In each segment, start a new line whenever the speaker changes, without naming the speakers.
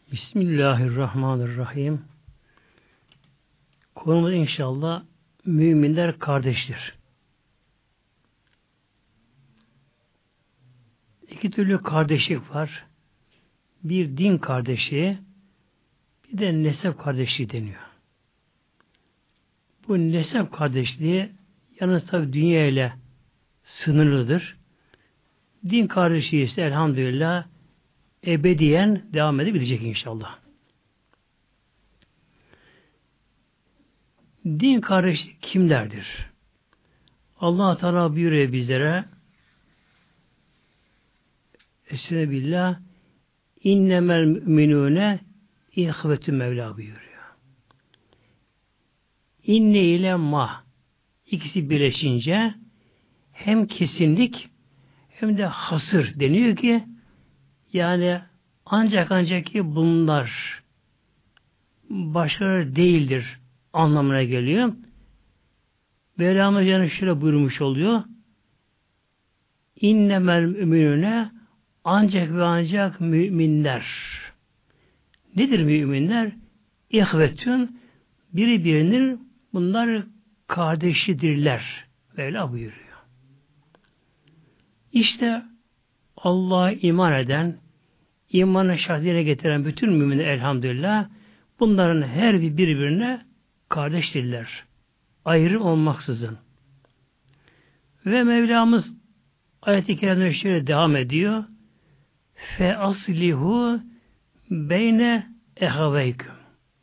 Bismillahirrahmanirrahim. Konumuz inşallah müminler kardeştir. İki türlü kardeşlik var. Bir din kardeşliği, bir de nesep kardeşliği deniyor. Bu nesep kardeşliği yalnız tabi dünya ile sınırlıdır. Din kardeşliği ise elhamdülillah ebediyen devam edebilecek inşallah. Din kardeşliği kimlerdir? Allah Teala buyuruyor bizlere Estağfirullah innemel müminune ihvetü Mevla buyuruyor. İnne ile ma ikisi birleşince hem kesinlik hem de hasır deniyor ki yani ancak ki bunlar başkaları değildir anlamına geliyor. Mevlamız yani şöyle buyurmuş oluyor. İnnemel müminune ancak ve ancak müminler. Nedir müminler? İhvetün birinin bunlar kardeşidirler. Mevla buyuruyor. İşte Allah'a iman eden, imanı şartıyla getiren bütün müminler elhamdülillah bunların her birbirine kardeştirler. Ayrım olmaksızın. Ve Mevlamız ayet-i kerimde şöyle devam ediyor. Fe aslihu beyne ehaveyküm.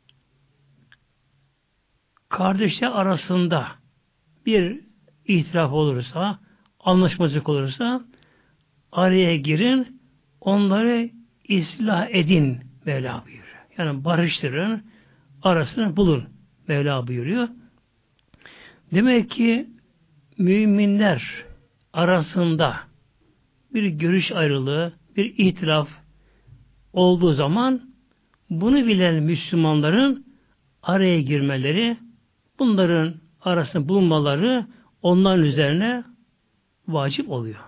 Kardeşler arasında bir itiraf olursa, anlaşmazlık olursa araya girin, onları ıslah edin Mevla buyuruyor. Yani barıştırın, arasını bulun Mevla buyuruyor. Demek ki müminler arasında bir görüş ayrılığı, bir itiraf olduğu zaman bunu bilen Müslümanların araya girmeleri, bunların arasında bulunmaları onların üzerine vacip oluyor.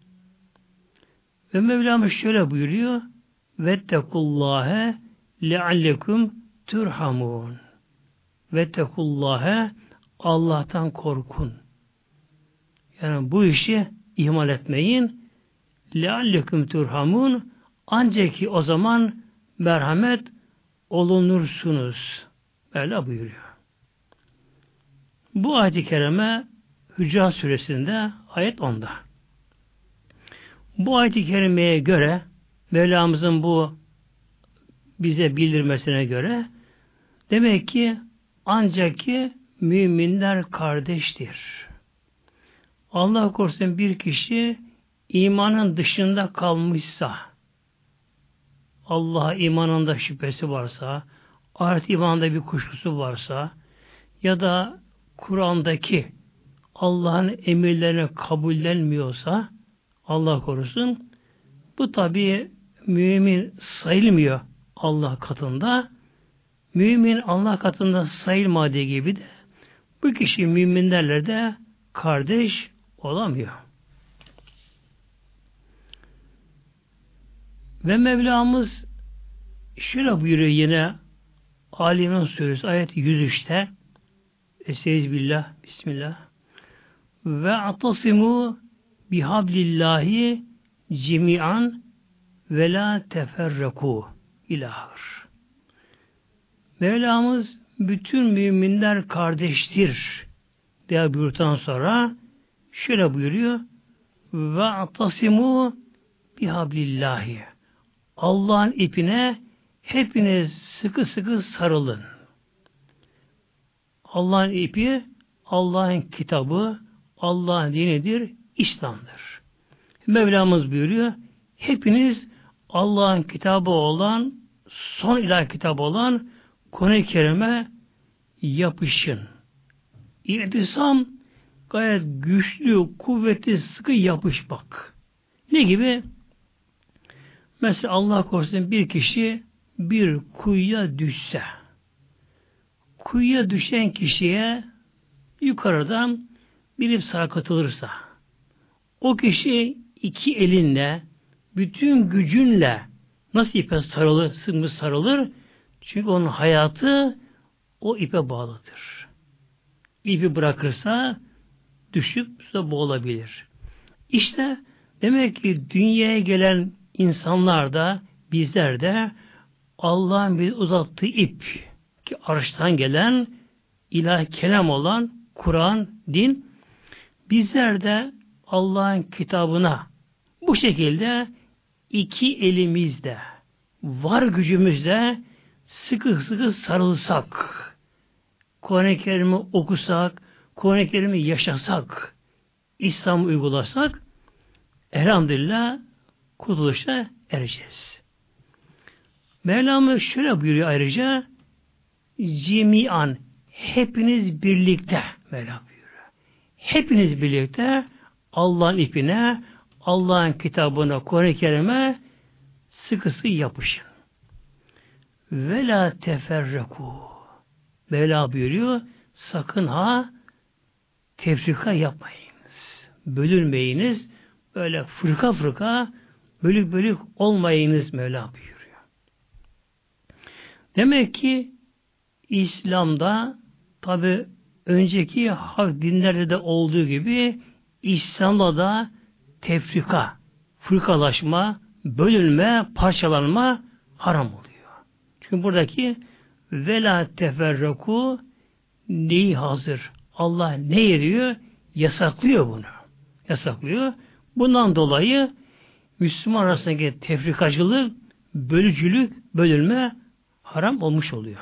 Ve Mevlamız şöyle buyuruyor. Vettekullâhe leallekum turhamun. Vettekullâhe Allah'tan korkun. Yani bu işi ihmal etmeyin. Leallekum turhamun. Ancak ki o zaman merhamet olunursunuz. Böyle buyuruyor. Bu ayet-i kerime Hücurat Suresi'nde ayet 10'da. Bu ayet-i kerimeye göre Mevlamızın bu bize bildirmesine göre demek ki ancak ki müminler kardeştir. Allah korusun bir kişi imanın dışında kalmışsa, Allah'a imanında şüphesi varsa, ahiret imanında bir kuşkusu varsa ya da Kur'an'daki Allah'ın emirlerine kabullenmiyorsa Allah korusun bu tabi mümin sayılmıyor Allah katında. Mümin Allah katında sayılmadığı gibi de bu kişi müminlerle de kardeş olamıyor. Ve Mevlamız şöyle buyuruyor yine Ali İmran Suresi ayet 103'te Estağfirullah, Bismillah ve atasimu bihablillahi cemi'an ve la teferreku ilahır. Mevlamız bütün müminler kardeştir diye buyurduktan sonra şöyle buyuruyor ve atasimu bihablillahi Allah'ın ipine hepiniz sıkı sıkı sarılın. Allah'ın ipi Allah'ın kitabı Allah'ın dinidir, İslam'dır. Mevlamız buyuruyor hepiniz Allah'ın kitabı olan son ilahi kitabı olan Kur'an-ı Kerim'e yapışın. İ'tisam gayet güçlü, kuvvetli, sıkı yapış bak. Ne gibi? Mesela Allah korusun bir kişi bir kuyuya düşse, kuyuya düşen kişiye yukarıdan bir ip sarkıtılırsa, o kişi iki elinle, bütün gücünle Nasıl ipe sarılır, sımsıkı sarılır? Çünkü onun hayatı o ipe bağlıdır. İpi bırakırsa düşüp suda boğulabilir. İşte demek ki dünyaya gelen insanlar da bizler de Allah'ın bir uzattığı ip ki arştan gelen ilahi kelam olan Kur'an, din, bizler de Allah'ın kitabına bu şekilde iki elimizde var gücümüzle sıkı sıkı sarılsak, Kur'an-ı Kerim'i okusak, Kur'an-ı Kerim'i yaşasak, İslam'ı uygulasak, elhamdülillah kurtuluşa ereceğiz. Mevlamız şöyle buyuruyor ayrıca, cemiyan, hepiniz birlikte, Mevlam buyuruyor. Hepiniz birlikte Allah'ın ipine, Allah'ın kitabına, Kur'an-ı Kerim'e sıkısı yapışın. Ve la teferreku. Mevla buyuruyor, sakın ha tefrika yapmayınız. Bölünmeyiniz. Böyle fırka fırka, bölük bölük olmayınız Mevla buyuruyor. Demek ki İslam'da tabi önceki hak dinlerde de olduğu gibi İslam'da da tefrika, fırkalaşma, bölünme, parçalanma haram oluyor. Çünkü buradaki vela teferraku neyi hazır? Allah ne ediyor? Yasaklıyor bunu. Yasaklıyor. Bundan dolayı Müslüman arasındaki tefrikacılık, bölücülük, bölünme haram olmuş oluyor.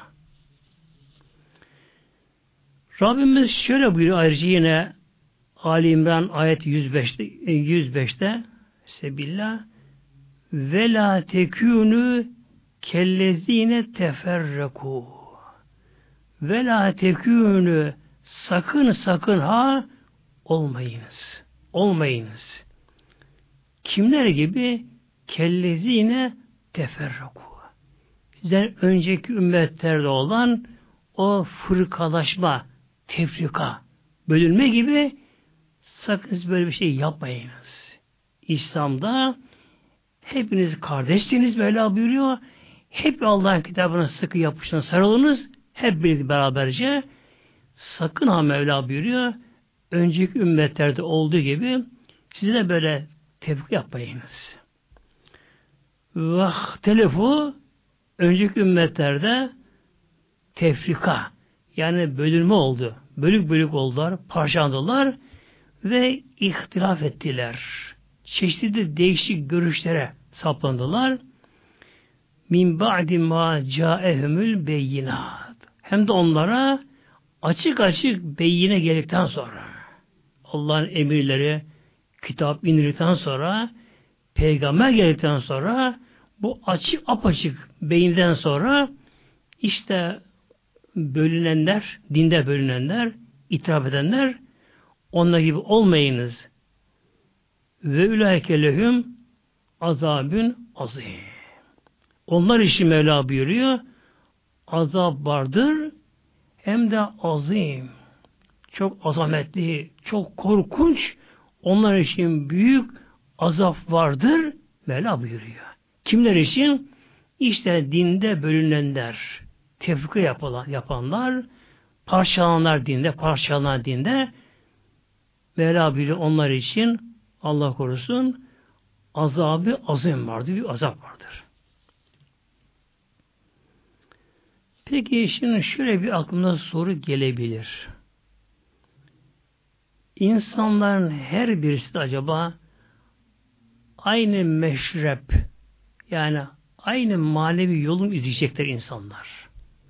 Rabbimiz şöyle buyuruyor ayrıca yine Ali İmran ayet 105'te Sebillah ve la tekûnü kellezine teferreku ve la tekûnü sakın ha olmayınız. Olmayınız. Kimler gibi? Kellezine teferreku. Sizden önceki ümmetlerde olan o fırkalaşma, tefrika, bölünme gibi sakın böyle bir şey yapmayınız. İslam'da hepiniz kardeşsiniz Mevla buyuruyor. Hep Allah'ın kitabına sıkı yapışın, sarılınız. Hep birlikte beraberce sakın ha Mevla buyuruyor. Önceki ümmetlerde olduğu gibi size de böyle tefrika yapmayınız. Telefu önceki ümmetlerde tefrika yani bölünme oldu. Bölük bölük oldular, parçalandılar ve ihtilaf ettiler. Çeşitli değişik görüşlere saplandılar. Min ba'di ma ca'ehumul beyinat. Hem de onlara açık açık beyine geldikten sonra Allah'ın emirleri, kitap indirdikten sonra, peygamber geldikten sonra bu açık apaçık beyinden sonra işte bölünenler, dinde bölünenler, itiraf edenler onlar gibi olmayınız. Ve ulaike lehum azabün azim. Onlar için Mevla buyuruyor, azap vardır hem de azim. Çok azametli, çok korkunç, onlar için büyük azap vardır Mevla buyuruyor. Kimler için? İşte dinde bölünenler, tefrika yapanlar, parçalanan dinde Mevla buyuruyor onlar için Allah korusun azabı azim vardır, bir azap vardır. Peki şimdi şöyle bir aklımda soru gelebilir. İnsanların her birisi de acaba aynı meşrep yani aynı manevi yolun izleyecekler insanlar.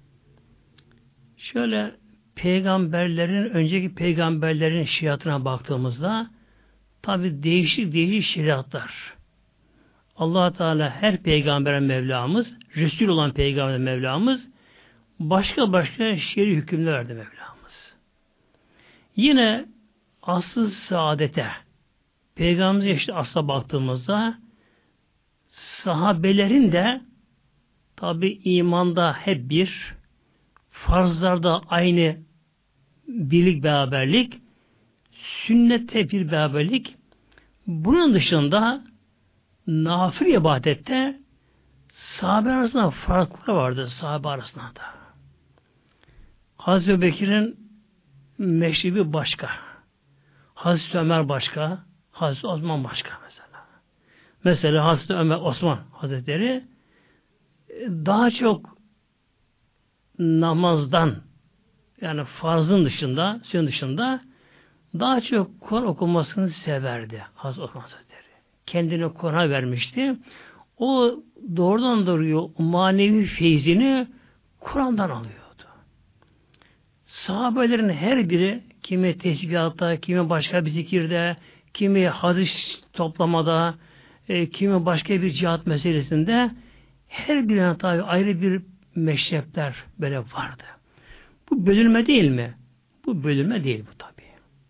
Şöyle önceki peygamberlerin şeriatına baktığımızda tabi değişik şeriatlar. Allah Teala her peygamber Mevlamız, Resul olan peygamber Mevlamız başka şer'i hükümler verdi Mevlamız. Yine asıl saadete Peygamberimizin işte asla baktığımızda sahabelerin de tabi imanda hep bir, farzlarda aynı birlik beraberlik, sünnette bir beraberlik. Bunun dışında nafile ibadette sahabe arasında farklılıklar vardı sahabe arasında da. Hazreti Bekir'in meşrebi başka. Hazreti Ömer başka. Hazreti Osman başka mesela. Mesela Hazreti Ömer Osman Hazretleri daha çok namazdan yani farzın dışında, sünnet dışında daha çok Kur'an okumasını severdi Hazreti Osman Hazretleri. Kendine Kur'an'a vermişti. O doğrudan doğruya manevi feyzini Kur'an'dan alıyordu. Sahabelerin her biri kimi tesbihatta, kimi başka bir zikirde, kimi hadis toplamada, kimi başka bir cihat meselesinde her birine tabi ayrı bir meşrepler böyle vardı. Bu bölünme değil mi? Bu bölünme değil bu tabi.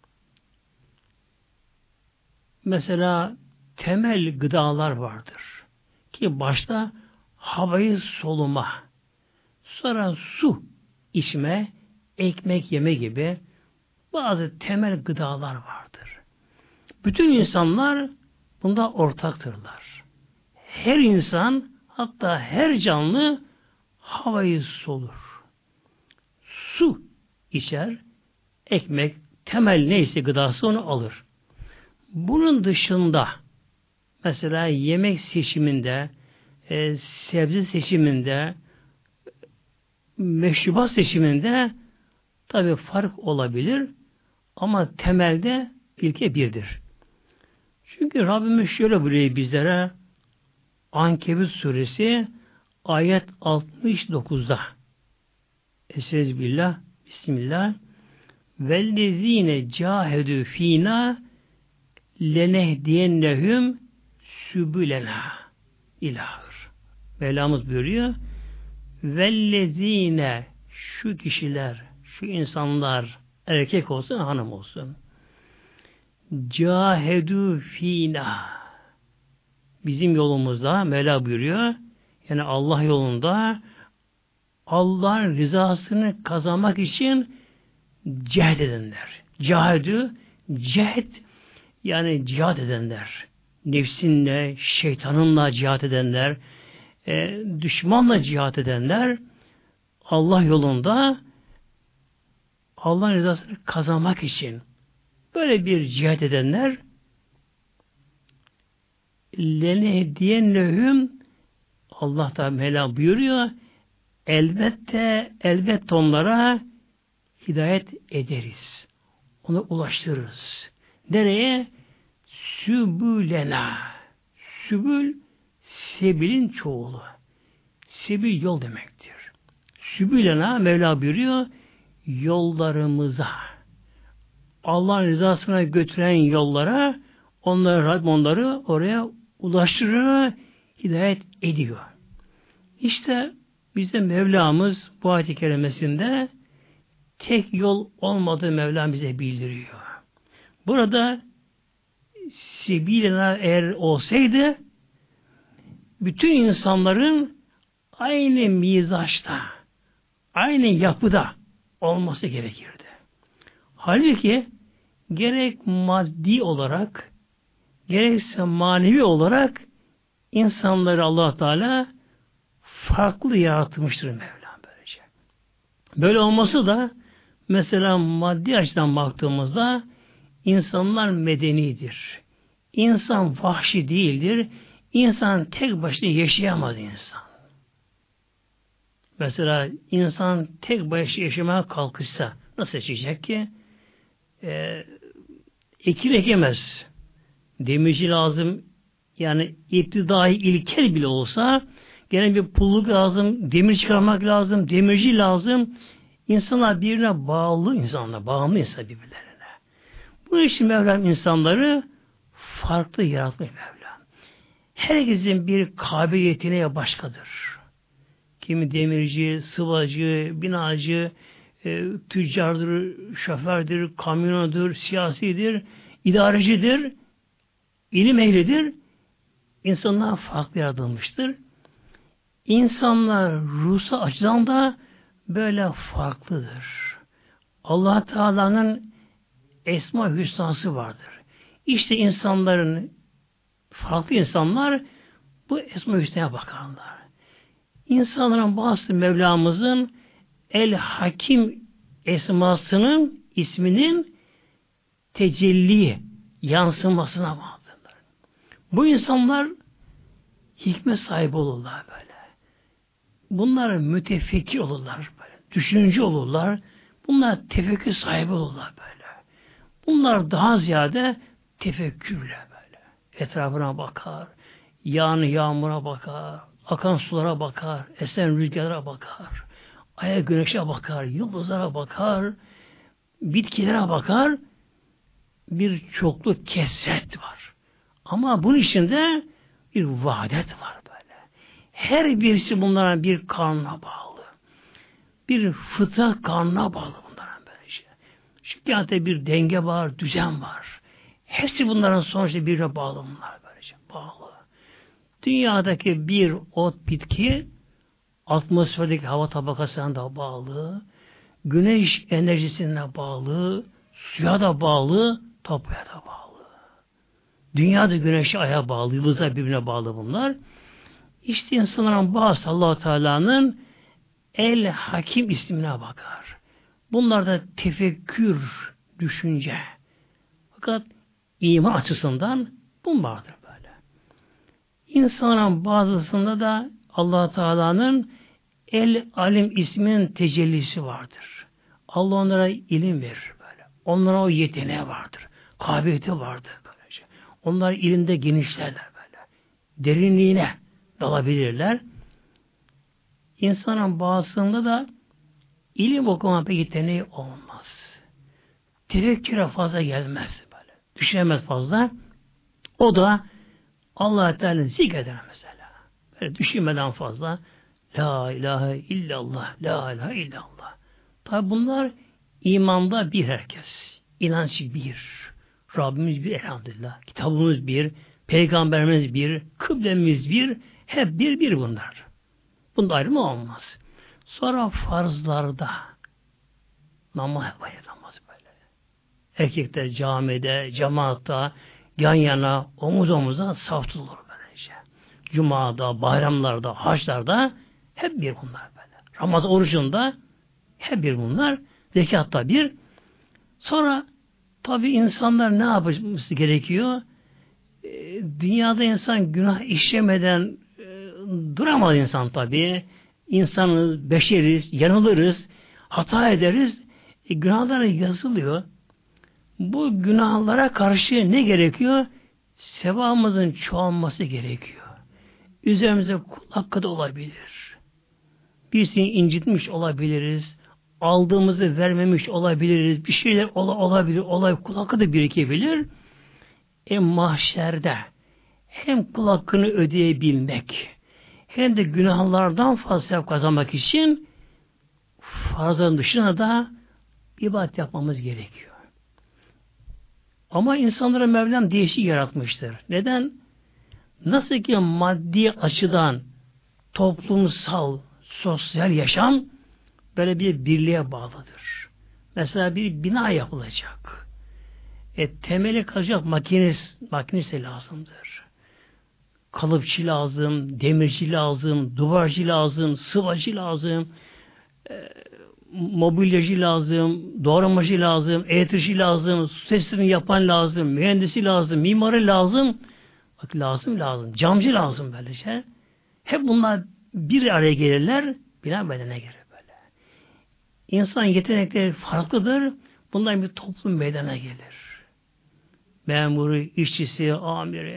Mesela temel gıdalar vardır. Ki başta havayı soluma, sonra su içme, ekmek yeme gibi bazı temel gıdalar vardır. Bütün insanlar bunda ortaktırlar. Her insan hatta her canlı havayı solur. Su içer, ekmek, temel neyse gıdası onu alır. Bunun dışında mesela yemek seçiminde, sebze seçiminde, meşrubat seçiminde tabi fark olabilir ama temelde ilke birdir. Çünkü Rabbimiz şöyle buyuruyor bizlere Ankebut suresi ayet 69'da Estağfirullah Bismillah vellezine cahedü fînâ lenehdiyennehum sübülena ilahır. Mevlamız buyuruyor vellezine şu kişiler, şu insanlar erkek olsun, hanım olsun cahedü fînâ bizim yolumuzda Mevla buyuruyor yani Allah yolunda Allah'ın rızasını kazanmak için cehd edenler. Cahedü, cehd yani cihat edenler. Nefsinle, şeytanınla cihat edenler, düşmanla cihat edenler Allah yolunda Allah'ın rızasını kazanmak için böyle bir cihat edenler lenehdiyenlehum Allah da Mevla buyuruyor elbette onlara hidayet ederiz. Ona ulaştırırız. Nereye? Sübülena. Sübül sebilin çoğulu. Sebil yol demektir. Sübülena Mevla buyuruyor yollarımıza. Allah'ın rızasına götüren yollara onları oraya ulaştırıyor, hidayet ediyor. İşte bize Mevlamız bu ayet-i kerimesinde tek yol olmadığı Mevlam bize bildiriyor. Burada sebilena eğer olsaydı bütün insanların aynı mizaçta, aynı yapıda olması gerekirdi. Halbuki gerek maddi olarak gerekse manevi olarak insanları Allah Teala farklı yaratmıştır Mevlam böylece. Böyle olması da mesela maddi açıdan baktığımızda insanlar medenidir. İnsan vahşi değildir. İnsan tek başına yaşayamaz insan. Mesela insan tek başına yaşamaya kalkışsa nasıl yaşayacak ki? Ekin ekemez. Demirci lazım. Yani iptidai ilkel bile olsa gene bir pulluk lazım, demir çıkarmak lazım, demirci lazım. İnsanlar birbirine bağlı insanlar, bağımlı insan birbirlerine. Bu için Mevlam insanları farklı yaratmış Mevlam. Herkesin bir kabiliyetine başkadır. Kimi demirci, sıvacı, binacı, tüccardır, şofördür, kamyonudur, siyasidir, idarecidir, ilim ehlidir. İnsanlar farklı yaratılmıştır. İnsanlar ruhsal açıdan da böyle farklıdır. Allah Teala'nın Esma-i Hüsnası vardır. İşte insanların farklı insanlar bu Esma-i Hüsna'ya bakarlar. İnsanların bazı Mevlamızın El Hakim esmasının, isminin tecelli, yansımasına bağlıdır. Bu insanlar hikmet sahibi olurlar böyle. Bunlar mütefekkir olurlar böyle. Düşünce olurlar. Bunlar tefekkür sahibi olurlar böyle. Bunlar daha ziyade tefekkürle böyle. Etrafına bakar. Yağan yağmura bakar. Akan sulara bakar. Esen rüzgara bakar. Aya güneşe bakar. Yıldızlara bakar. Bitkilere bakar. Bir çokluk kesret var. Ama bunun içinde bir vahdet var böyle. Her birisi bunlara bir karnına bağlı. Bir fıtrat karnına bağlı bunlara böylece. Şu kainatta bir denge var, düzen var. Hepsi bunların sonuçta birbirine bağlı bunlar böylece. Bağlı. Dünyadaki bir ot bitki atmosferdeki hava tabakasına da bağlı. Güneş enerjisine bağlı. Suya da bağlı. Toprağa da bağlı. Dünya da güneşe aya bağlı. Yıldızlar birbirine bağlı bunlar. İşte insanların bazı Allah-u Teala'nın El Hakim ismine bakar. Bunlar da tefekkür, düşünce. Fakat iman açısından bunlardır böyle. İnsanların bazısında da Allah-u Teala'nın El Alim isminin tecellisi vardır. Allah onlara ilim verir böyle. Onlara o yeteneği vardır. Kabiliyeti vardır böylece. Onlar ilimde genişlerler böyle. Derinliğine dalabilirler. İnsanın bazısında da ilim okuma pek yeteneği olmaz. Tefekküre fazla gelmez böyle. Düşünemez fazla. O da Allah-u Teala'nın zikreder mesela. Böyle düşünmeden fazla La ilahe illallah, la ilahe illallah. Tabi bunlar imanda bir herkes. İnanç bir. Rabbimiz bir elhamdülillah. Kitabımız bir. Peygamberimiz bir. Kıblemiz bir. Hep bir bunlar. Bunda ayrımı olmaz. Sonra farzlarda namaz böyle. Erkekler camide, cemaatta, yan yana, omuz omuza saf tutulur böylece. Cuma'da, bayramlarda, haçlarda hep bir bunlar böyle. Ramazan orucunda hep bir bunlar. Zekatta bir. Sonra tabi insanlar ne yapması gerekiyor? Dünyada insan günah işlemeden duramaz insan tabi. İnsanız, beşeriz, yanılırız, hata ederiz. Günahlar yazılıyor. Bu günahlara karşı ne gerekiyor? Sevabımızın çoğalması gerekiyor. Üzerimize kul hakkı da olabilir. Birisini incitmiş olabiliriz. Aldığımızı vermemiş olabiliriz. Bir şeyler olabilir. Kul hakkı da birikebilir. Mahşerde hem kul hakkını ödeyebilmek hem de günahlardan fazla sevap kazanmak için farzların dışına da ibadet yapmamız gerekiyor. Ama insanlara Mevlam değişik yaratmıştır. Neden? Nasıl ki maddi açıdan toplumsal, sosyal yaşam böyle bir birliğe bağlıdır. Mesela bir bina yapılacak. Temeli kazacak makinesi lazımdır. Kalıpçı lazım, demirci lazım, duvarcı lazım, sıvacı lazım, mobilyacı lazım, doğramacı lazım, elektrikçi lazım, su tesisini yapan lazım, mühendisi lazım, mimarı lazım. Bak lazım. Camcı lazım böylece. Hep bunlar bir araya gelirler, bina bedene gelir böyle. İnsan yetenekleri farklıdır. Bundan bir toplum meydana gelir. Memuru, işçisi, amiri,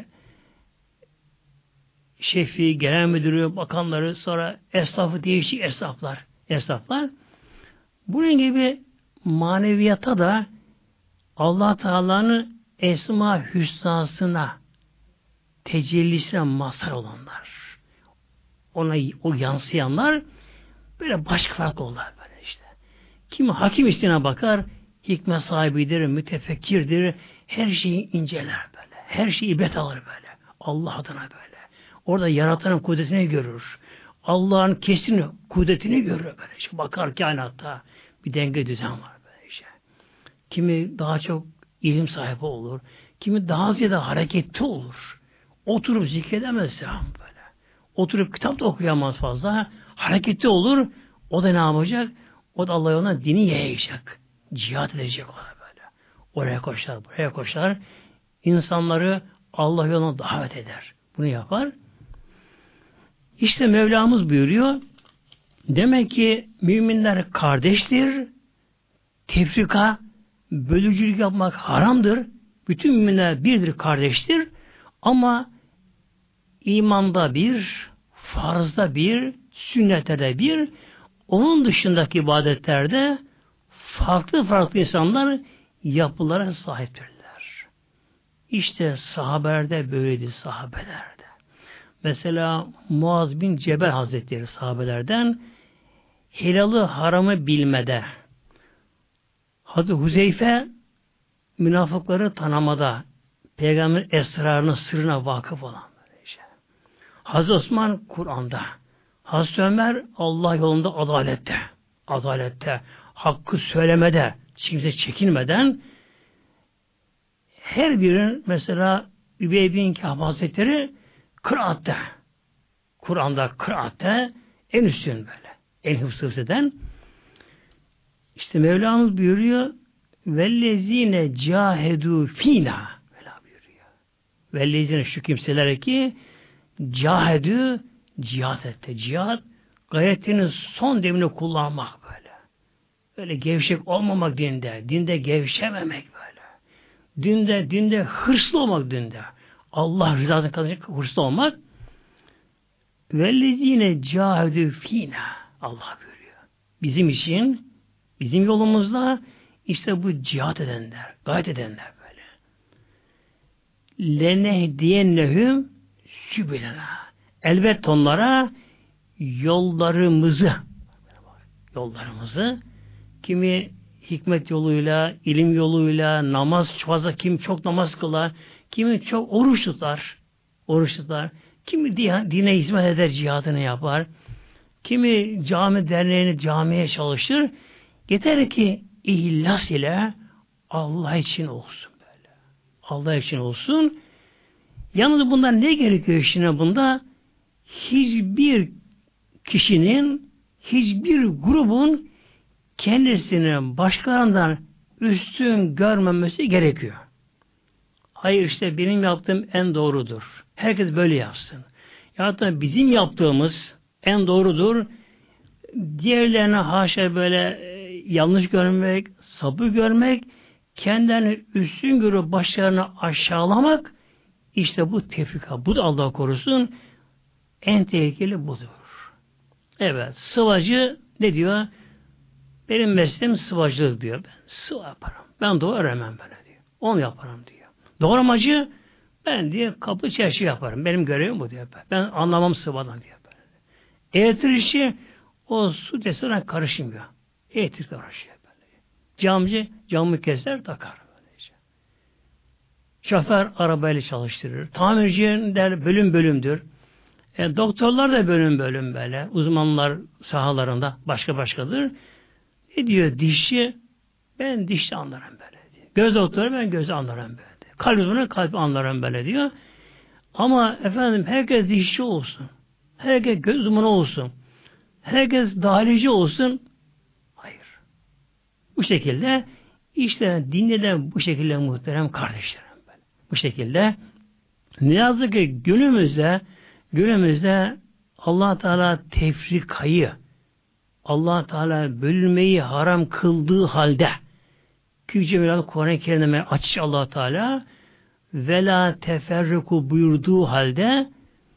şefi, genel müdürü, bakanları, sonra esnafı, değişik esnaflar. Bunun gibi maneviyata da Allah Teala'nın Esma Hüsnasına tecellisine mazhar olanlar. Ona o yansıyanlar böyle başka farklı olurlar böyle işte. Kim hakim istine bakar, hikmet sahibidir, mütefekkirdir, her şeyi inceler böyle. Her şeyi ibret alır böyle. Allah adına böyle. Orada yaratanın kudretini görür. Allah'ın kesin kudretini görür böyle. İşte bakar kainatta bir denge düzen var böyle işte. Kimi daha çok ilim sahibi olur. Kimi daha ziyade hareketli olur. Oturup zikredemez böyle. Oturup kitap da okuyamaz fazla. Hareketli olur. O da ne yapacak? O da Allah yoluna dini yayacak. Cihat edecek ona böyle. Oraya koşar, buraya koşar. İnsanları Allah yoluna davet eder. Bunu yapar. İşte Mevlamız buyuruyor. Demek ki müminler kardeştir. Tefrika, bölücülük yapmak haramdır. Bütün müminler birdir, kardeştir. Ama imanda bir, farzda bir, sünnette de bir, onun dışındaki ibadetlerde farklı farklı insanlar yapılara sahiptirler. İşte sahabelerde böyleydi, sahabelerde. Mesela Muaz bin Cebel Hazretleri sahabelerden helalı haramı bilmede, Hazreti Huzeyfe münafıkları tanımada, Peygamber esrarına, sırrına vakıf olan böylece. Hazreti Osman Kur'an'da, Hazreti Ömer Allah yolunda adalette, hakkı söylemede, kimse çekinmeden, her birinin mesela Übey bin Kâb Hazretleri kıraatte, Kur'an'da kıraatte en üstün böyle, en hıfzı eden. İşte Mevlamız buyuruyor, vellezine cahedu fina, Mevla buyuruyor. Vellezine şu kimseler ki cahedu, cihat etti. Cihat gayretinin son demini kullanmak böyle. Böyle gevşek olmamak dinde. Dinde gevşememek böyle. Dinde hırslı olmak dinde. Allah rızasını kazanacak hırslı olmak. Vellezine cahedu fina, Allah buyuruyor. Bizim için, bizim yolumuzda işte bu cihat edenler, gayret edenler böyle. Lenehdiyennehum sübülena. Elbette onlara yollarımızı kimi hikmet yoluyla, ilim yoluyla, namaz fazla, kim çok namaz kılar, kimi çok oruç tutar, kimi dine hizmet eder, cihadını yapar, kimi cami derneğini camiye çalışır. Yeter ki ihlas ile Allah için olsun böyle. Allah için olsun. Yalnız bundan ne gerekiyor işine bunda? Hiçbir kişinin, hiçbir grubun kendisini başkalarından üstün görmemesi gerekiyor. Hayır işte benim yaptığım en doğrudur. Herkes böyle yapsın. Ya da bizim yaptığımız en doğrudur. Diğerlerine haşa böyle yanlış görmek, sabır görmek, kendilerini üstün görüp başlarını aşağılamak, işte bu tefrika. Bu da Allah korusun. En tehlikeli budur. Evet, sıvacı ne diyor? Benim mesleğim sıvacılık diyor. Ben sıva yaparım. Ben doğru öğrenmem böyle diyor. Onu yaparım diyor. Doğramacı ben diye kapı çarşı yaparım. Benim görevim bu diyor. Ben anlamam sıvadan diyor. Elektrik işi o su desene karışmıyor. Elektrik uğraşıyor böyle. Camcı camı keser takar böylece. Şoför arabayla çalıştırır. Tamirci der bölüm bölümdür. Doktorlar da bölüm bölüm böyle. Uzmanlar sahalarında başkadır. Ne diyor dişçi? Ben dişçi anlarım böyle diyor. Göz doktoru ben gözü anlarım böyle diyor. Kalp uzmanı kalp anlarım böyle diyor. Ama efendim herkes dişçi olsun. Herkes göz uzmanı olsun. Herkes dahilici olsun. Hayır. Bu şekilde işte dinde de bu şekilde muhterem kardeşlerim. Bu şekilde ne yazık ki günümüzde Allah Teala tefrikayı, Allah Teala bölünmeyi haram kıldığı halde Yüce Mevla Kur'an-ı Kerim'de açış Allah Teala ve la teferruku buyurduğu halde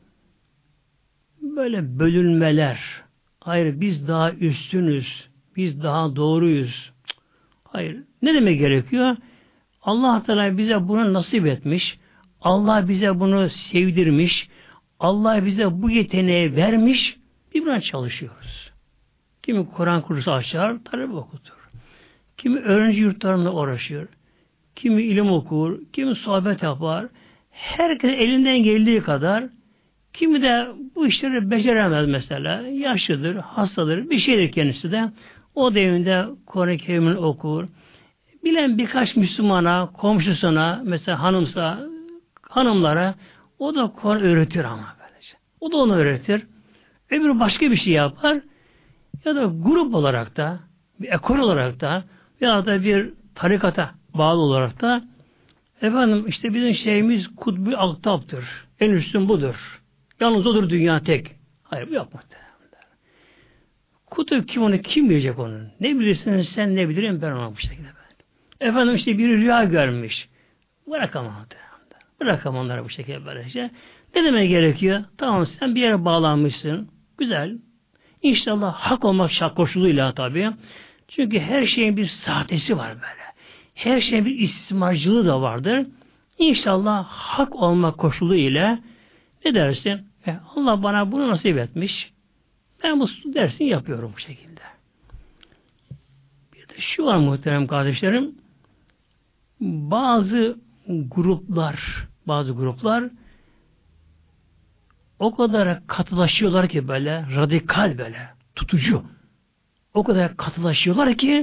böyle bölünmeler. Hayır biz daha üstünüz. Biz daha doğruyuz. Hayır. Ne demek gerekiyor? Allah Teala bize bunu nasip etmiş. Allah bize bunu sevdirmiş. Allah bize bu yeteneği vermiş. Bir buna çalışıyoruz. Kimi Kur'an kursu açar, talep okutur. Kimi öğrenci yurtlarında uğraşıyor. Kimi ilim okur, kimi sohbet yapar. Herkes elinden geldiği kadar. Kimi de bu işleri beceremez mesela. Yaşlıdır, hastadır, bir şeydir kendisi de. O da evinde Kur'an-ı Kerim'ini okur. Bilen birkaç Müslümana, komşusuna, mesela hanımsa, hanımlara o da Kur'an öğretir ama böylece. O da onu öğretir. Öbürü başka bir şey yapar. Ya da grup olarak da, bir ekol olarak da ya da bir tarikata bağlı olarak da efendim işte bizim şeyimiz kutbu aktaptır. En üstün budur. Yalnız odur dünya tek. Hayır bu yapmadı. Kutup kim onu kim bilecek onun? Ne bilirsin sen ne bilirim ben ona bu şekilde. Efendim işte bir rüya görmüş. Bırakamam. Bırakamam onları bu şekilde böylece. Ne demek gerekiyor? Tamam sen bir yere bağlanmışsın. Güzel. İnşallah hak olmak şart koşuluyla tabii. Çünkü her şeyin bir sahtesi var böyle. Her şeyin bir istismarcılığı da vardır. İnşallah hak olmak koşuluyla ne dersin? Allah bana bunu nasip etmiş. Ben bu dersini yapıyorum bu şekilde. Bir de şu var muhterem kardeşlerim. Bazı gruplar o kadar katılaşıyorlar ki böyle radikal böyle tutucu. O kadar katılaşıyorlar ki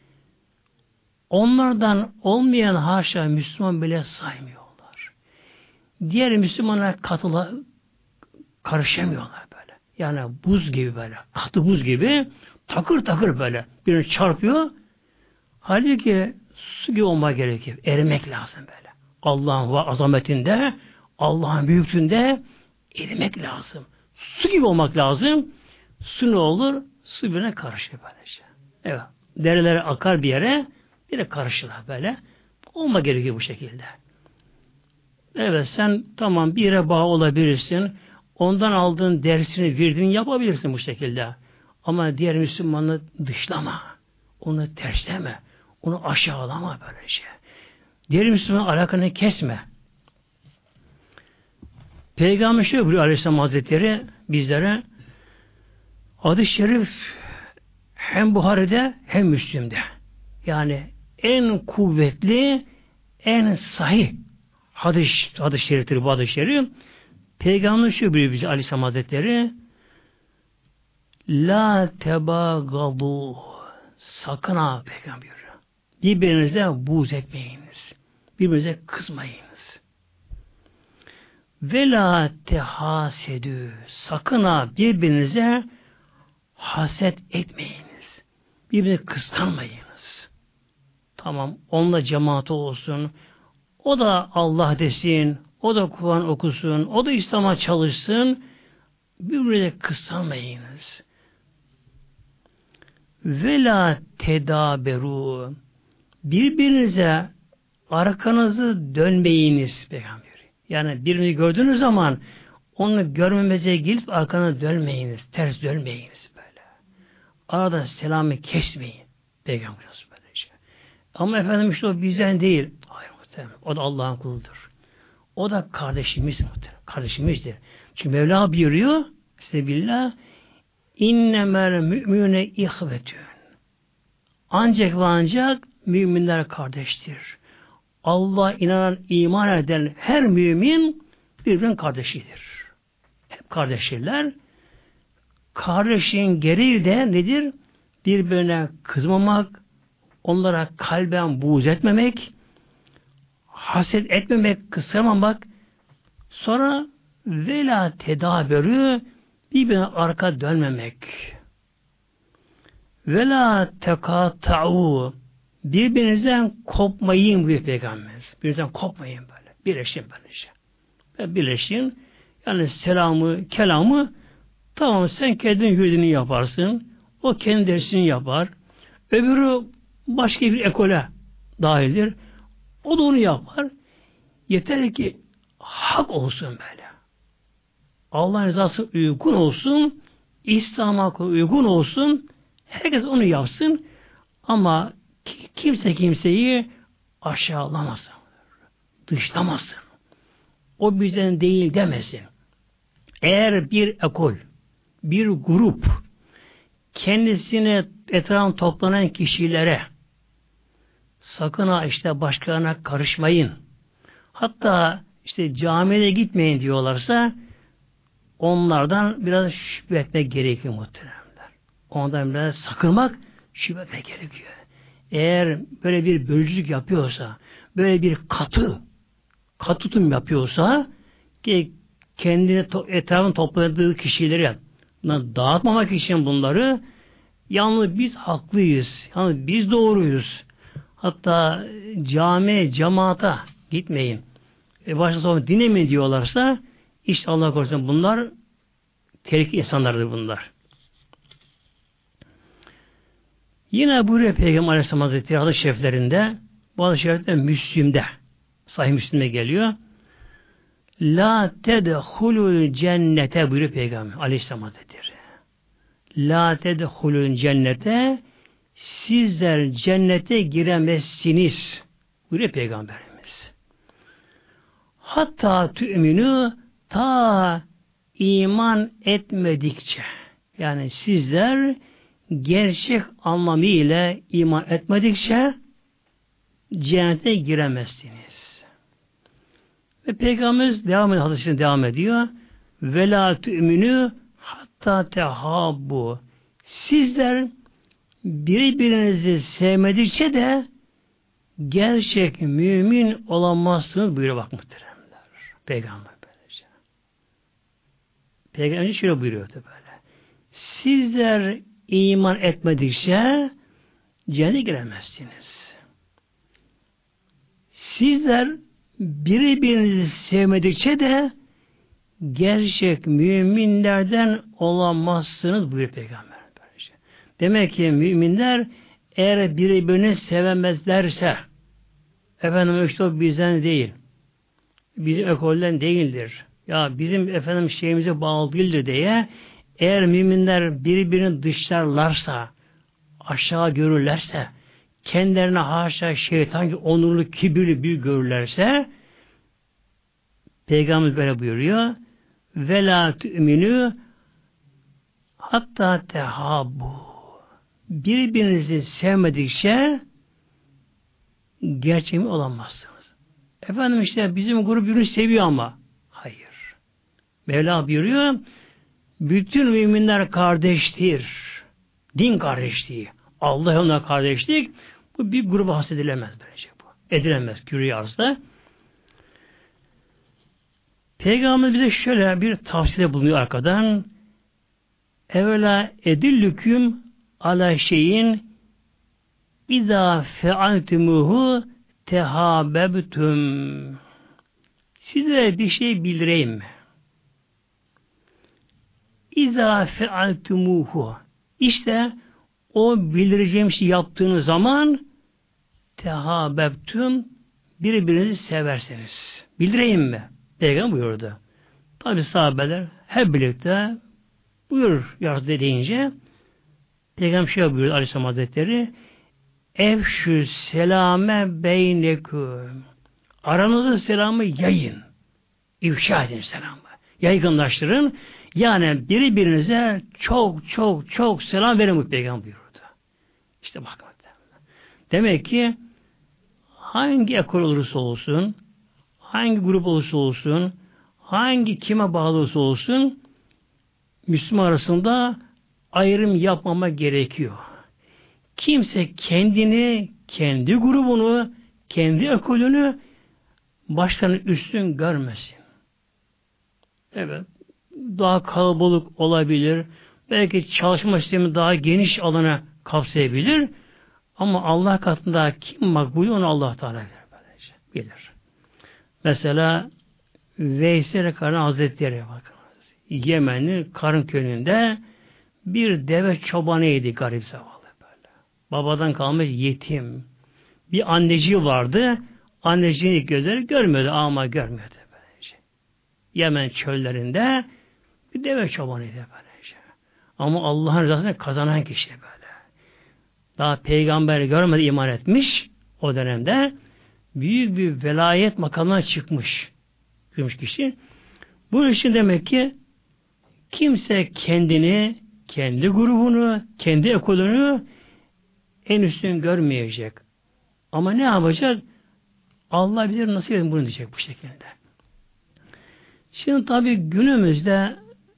onlardan olmayan haşa Müslüman bile saymıyorlar. Diğer Müslümana karışamıyorlar böyle. Yani buz gibi böyle. Katı buz gibi takır takır böyle. Birini çarpıyor. Halbuki su gibi olmak gerekiyor. Erimek lazım böyle. Allah'ın azametinde, Allah'ın büyüklüğünde erimek lazım. Su gibi olmak lazım. Su ne olur? Su birbirine karışır böylece. Evet. Dereler akar bir yere, bir de karışırlar böyle. Olma gerekiyor bu şekilde. Evet sen tamam bir yere bağ olabilirsin. Ondan aldığın dersini, virdini yapabilirsin bu şekilde. Ama diğer Müslümanı dışlama. Onu tersleme. Onu aşağılama böylece. Diğer Müslüman alakanı kesme. Peygamber şöyle buyuruyor Aleyhisselam Hazretleri bizlere hadis-i şerif hem Buhari'de hem Müslim'de. Yani en kuvvetli, en sahih hadis-i şeriftir bu hadis-i şerif. Peygamber şöyle buyuruyor bize Aleyhisselam Hazretleri La tebagadu sakın ha Peygamber buyuruyor. Birbirinize buğz etmeyiniz. Birbirinize kızmayınız. Ve la tehasedü sakın ha birbirinize haset etmeyiniz. Birbirinize kıskanmayınız. Tamam onunla cemaati olsun. O da Allah desin. O da Kur'an okusun. O da İslam'a çalışsın. Birbirinize kıskanmayınız. Ve la tedaberu birbirinize arkanızı dönmeyiniz Peygamber. Yani birini gördüğünüz zaman onu görmemeze gelip arkana dönmeyiniz. Ters dönmeyiniz böyle. Arada selamı kesmeyin. Peygamber böylece. Ama efendim işte o bizden değil. Hayır muhtemelen. O da Allah'ın kuludur. O da kardeşimiz muhtemelen. Kardeşimizdir. Çünkü Mevla buyuruyor Sebillah innemel mü'mine ihvetün. Ancak ve ancak müminler kardeştir. Allah inanan, iman eden her mümin birbirinin kardeşidir. Hep kardeşler. Kardeşliğin gereği de nedir? Birbirine kızmamak, onlara kalben buğz etmemek, haset etmemek, kısamamak, sonra vela tedaberü birbirine arka dönmemek. Vela tekata'u birbirinizden kopmayın buyuruyor Peygamberimiz. Birbirinizden kopmayın böyle. Birleşin böylece. Birleşin. Yani selamı, kelamı tamam sen kendin yürüdüğünü yaparsın. O kendi dersini yapar. Öbürü başka bir ekole dahildir. O da onu yapar. Yeter ki hak olsun böyle. Allah'ın rızası uygun olsun. İslam'a uygun olsun. Herkes onu yapsın. Ama kimse kimseyi aşağılamasın. Dışlamasın. O bizden değil demesin. Eğer bir ekol, bir grup kendisine etrafına toplanan kişilere sakın ha işte başkalarına karışmayın. Hatta işte camiye gitmeyin diyorlarsa onlardan biraz şüphe etmek gerekiyor muhteremler. Ondan biraz sakınmak, şüphe etmek gerekiyor. Eğer böyle bir bölücülük yapıyorsa, böyle bir katı tutum yapıyorsa ki kendini etrafını topladığı kişileri dağıtmamak için bunları yalnız biz haklıyız. Yalnız biz doğruyuz. Hatta cami, cemaata gitmeyin. Başta sonra dinlemeyin diyorlarsa işte Allah korusun bunlar tehlikeli insanlardır bunlar. Yine buyuruyor Peygamber Aleyhisselam Hazretleri hadis-i şeriflerinde, bu hadis-i şerifte Müslim'de, Sahih Müslim'de geliyor. La tedhulul cennete buyuruyor Peygamber Aleyhisselam Hazretleri. La tedhulul cennete, sizler cennete giremezsiniz buyuruyor Peygamberimiz. Hatta tü'minü, ta iman etmedikçe, yani sizler gerçek anlamıyla iman etmedikçe cennete giremezsiniz. Ve Peygamberimiz devam ediyor. Ve la tü'minü hatta tehabbu. Sizler birbirinizi sevmedikçe de gerçek mümin olamazsınız buyuruyor bak muhteremler. Peygamber böylece. Peygamber şöyle buyuruyor böyle. Sizler iman etmedikçe cennete giremezsiniz. Sizler birbirinizi sevmedikçe de gerçek müminlerden olamazsınız buyuruyor Peygamber. Demek ki müminler eğer birbirini sevemezlerse efendim işte o bizden değil. Bizim ekolden değildir. Ya bizim efendim şeyimize bağlı değildir diye eğer müminler birbirini dışlarlarsa, aşağı görürlerse, kendilerine haşa şeytan gibi onurlu, kibirli büyük görürlerse, Peygamber böyle buyuruyor, ve la tü'minü hatta tehabbu. Birbirinizi sevmedikçe gerçeği olamazsınız. Efendim işte bizim grup birini seviyor ama. Hayır. Mevla buyuruyor, bütün müminler kardeştir. Din kardeşliği. Allah yolunda kardeşlik. Bu bir gruba hasedilemez böylece bu. Edilemez. Kürü arzda. Peygamber bize şöyle bir tavsiyede bulunuyor arkadan. Evvela edillüküm ala şeyin izâ fealtumuhu tehabebtüm. Size bir şey bildireyim mi? İzâ fealtumuhu. İşte o bildireceğim şey yaptığınız zaman tehabebtüm, birbirinizi severseniz. Bildireyim mi? Peygamber buyurdu. Tabi sahabeler hep birlikte buyur yardım deyince Peygamber şöyle buyurdu Aleyhisselam Hazretleri, Efşü selame beyneküm. Aranızda selamı yayın. İfşa edin selamı. Yaygınlaştırın. Yani birbirinize çok çok çok selam verin bu Peygamber buyurdu. İşte bakın. Demek ki hangi ekol olursa olsun, hangi grup olursa olsun, hangi kime bağlı olursa olsun, Müslüman arasında ayrım yapmama gerekiyor. Kimse kendini, kendi grubunu, kendi ekolünü başkanın üstün görmesin. Evet, daha kalabalık olabilir, belki çalışma sistemi daha geniş alana kapsayabilir, ama Allah katında kim makbul onu Allah Teala bilir. Mesela Veysel Karın Hazretleri bakınız. Yemen'in Karın köyünde bir deve çobanıydı, garip zavallı böyle. Babadan kalmış yetim. Bir anneciği vardı. Anneciğin ilk gözleri görmüyordu ama görmüyordu böylece. Yemen çöllerinde bir deve çobanıydı böylece. Ama Allah'ın rızasını kazanan kişi böyle. Daha peygamberi görmedi, iman etmiş o dönemde. Büyük bir velayet makamına çıkmış. Çıkmış kişi. Bu için demek ki kimse kendini, kendi grubunu, kendi ekolünü en üstün görmeyecek. Ama ne yapacak? Allah bilir nasıl edin bunu diyecek bu şekilde. Şimdi tabii günümüzde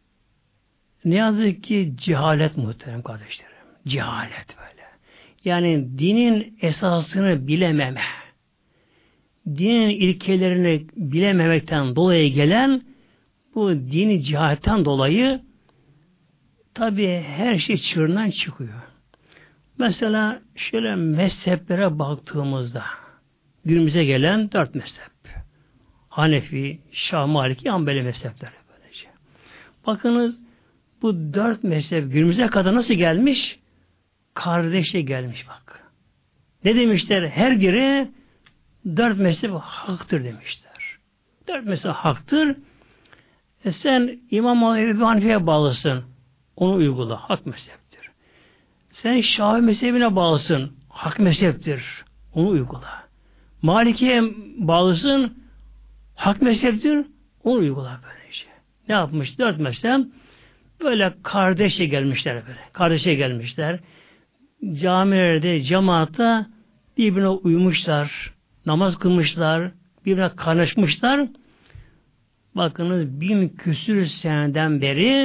ne yazık ki cehalet muhterem kardeşlerim. Cehalet böyle. Yani dinin esasını bilememe, dinin ilkelerini bilememekten dolayı gelen bu dini cihetten dolayı tabii her şey çığırından çıkıyor. Mesela şöyle mezheplere baktığımızda günümüze gelen 4 mezhep. Hanefi, Şah, Maliki, Hanbeli mezhepleri böylece. Bakınız bu 4 mezhep günümüze kadar nasıl gelmiş? Kardeşle gelmiş bak. Ne demişler? Her biri 4 mezhep haktır demişler. 4 mezhep haktır. Sen İmam Ebu Hanife'ye bağlısın. Onu uygula. Hak mezheptir. Sen Şafii mezhebine bağlısın. Hak mezheptir. Onu uygula. Maliki'ye bağlısın. Hak mezheptir. Onu uygula böylece. Ne yapmış? 4 mezhep böyle kardeşe gelmişler böyle. Kardeşe gelmişler. Camilerde, cemaatta birbirine uymuşlar. Namaz kılmışlar. Birbirine kaynaşmışlar. Bakınız 1000 küsür seneden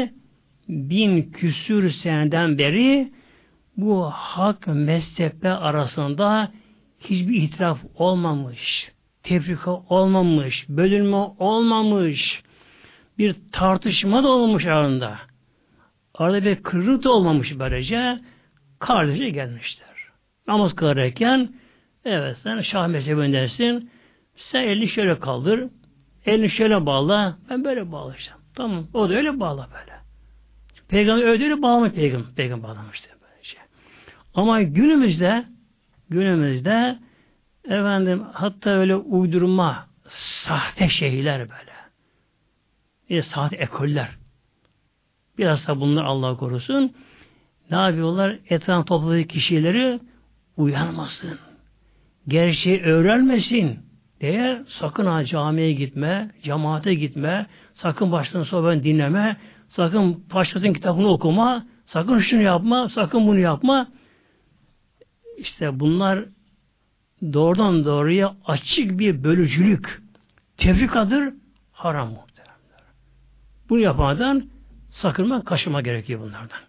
beri bu hak mezhepler arasında hiçbir itiraf olmamış, tefrika olmamış, bölünme olmamış, bir tartışma da olmamış arasında. Arada bir kırılık da olmamış böylece kardeşe gelmişler. Namaz kılarken evet sen Şah mezhebindensin, sen elini şöyle kaldır, elini şöyle bağla, ben böyle bağlayacağım. Tamam, o da öyle bağla böyle. Peygamber öyle bağlamış, peygamber bağlamıştı böylece. Ama günümüzde efendim hatta öyle uydurma sahte şeyler böyle. Sahte ekoller. Biraz da bunlar Allah korusun. Ne yapıyorlar? Etrafına topladığı kişileri uyanmasın. Gerçeği öğrenmesin diye sakın ha camiye gitme, cemaate gitme, sakın baştan sohbet dinleme, sakın başkasının kitabını okuma, sakın şunu yapma, sakın bunu yapma. İşte bunlar doğrudan doğruya açık bir bölücülük, tefrikadır, haram muhteremler. Bunu yapandan sakınma, kaçınma gerekiyor bunlardan.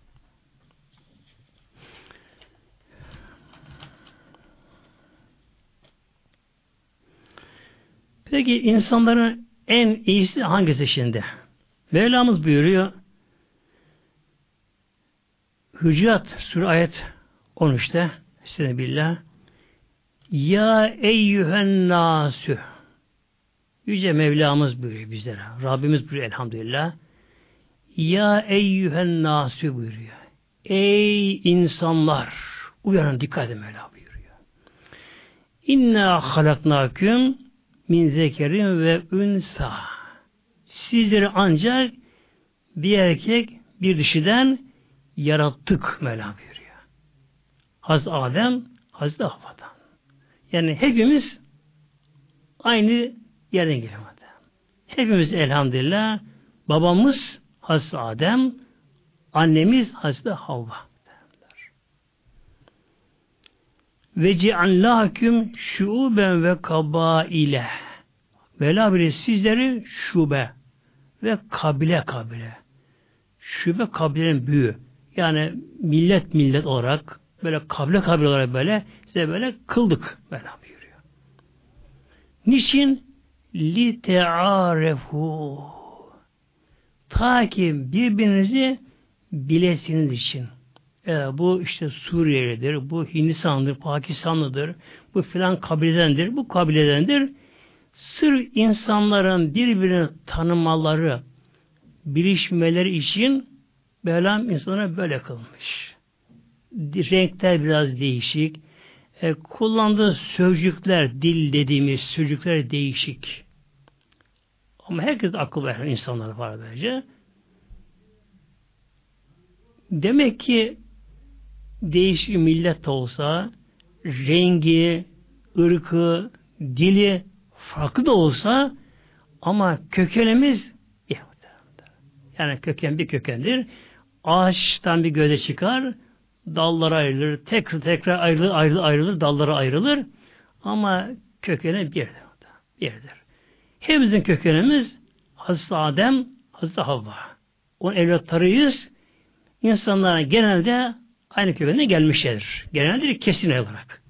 Peki insanların en iyisi hangisi şimdi? Mevlamız buyuruyor Hücurat Sûre ayet 13'te Bismillah Ya eyyühen nasü Yüce Mevlamız buyuruyor bizlere. Rabbimiz buyuruyor elhamdülillah. Ya eyyühen nasü buyuruyor. Ey insanlar! Uyanın, dikkat edin Mevla buyuruyor. İnna halaknâküm min zekerin ve ünsa. Sizleri ancak bir erkek bir dişiden yarattık Mevla buyuruyor. Hazreti Adem, Hazreti Havva'dan. Yani hepimiz aynı yerden geliyor. Hepimiz elhamdülillah babamız Hazreti Adem, annemiz Hazreti Havva. Ve ceallâküm şuben ve kabaile. Vela bile sizleri şube ve kabile. Şube kabilenin büyüğü. Yani millet olarak böyle kabile olarak böyle size böyle kıldık. Böyle buyuruyor. Niçin? Li te'arefu. Ta ki birbirinizi bilesiniz için. Bu işte Suriyelidir, bu Hindistanlıdır, Pakistanlıdır, bu filan kabiledendir, bu kabiledendir. Sırf insanların birbirini tanımaları, bilişmeleri için Mevlam insanlara böyle kılmış. Renkler biraz değişik. Kullandığı sözcükler, dil dediğimiz sözcükler değişik. Ama herkes akıl veren insanlar var böylece. Demek ki değişik millet de olsa, rengi, ırkı, dili farklı da olsa ama kökenimiz yani köken bir kökendir. Ağaçtan bir gövde çıkar, dallara ayrılır, tekrar ayrılır, dallara ayrılır ama kökeni birdir. Hepimizin kökenimiz Hazreti Adem, Hazreti Havva. Onun evlatlarıyız. İnsanlar genelde aynı kökenden gelmişlerdir. Genelde kesin olarak.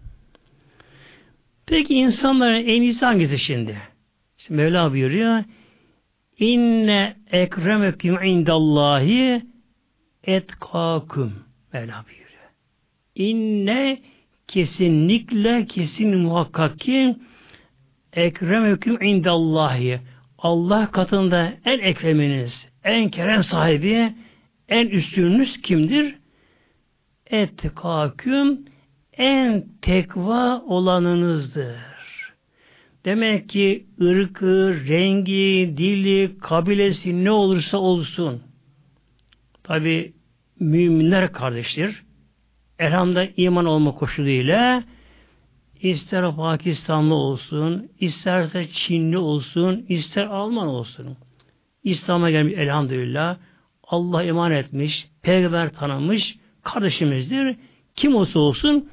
Peki insanların en iyisi hangisi şimdi? Mevla buyuruyor İnne ekremeküm indallahi etkâküm. Mevla buyuruyor. İnne kesinlikle kesin muhakkak ki ekremeküm indallahi. Allah katında en ekreminiz, en kerem sahibi, en üstününüz kimdir? Etkâküm en tekva olanınızdır. Demek ki ırkı, rengi, dili, kabilesi ne olursa olsun. Tabi müminler kardeştir. Elhamdülillah iman olma koşuluyla ister Pakistanlı olsun, isterse Çinli olsun, ister Alman olsun. İslam'a gelmiş elhamdülillah. Allah iman etmiş, peygamber tanımış kardeşimizdir. Kim olsa olsun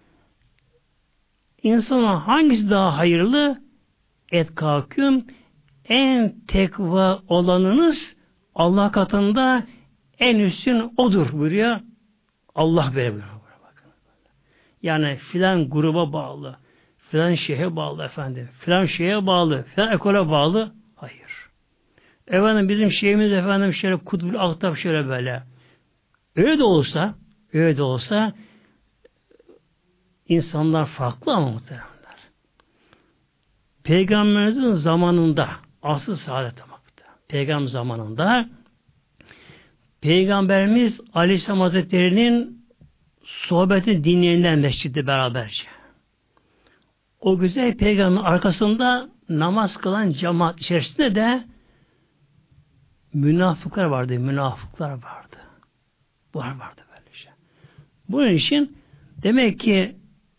insana hangisi daha hayırlı? Etkâküm en tekva olanınız Allah katında en üstün odur buyuruyor. Allah böyle buyuruyor. Yani filan gruba bağlı, filan şeye bağlı efendim, filan şeye bağlı, filan ekole bağlı. Hayır. Efendim bizim şeyimiz efendim şöyle kutbul aktap şöyle böyle. Öyle de olsa insanlar farklı ama muhtemelenler. Peygamberimizin zamanında asıl saadet olmakta. Peygamber zamanında Peygamberimiz Aleyhisselam Hazretleri'nin sohbetini dinleyenler mescitte beraberce. O güzel peygamberin arkasında namaz kılan cemaat içerisinde de münafıklar vardı. Vardı böylece. Bunun için demek ki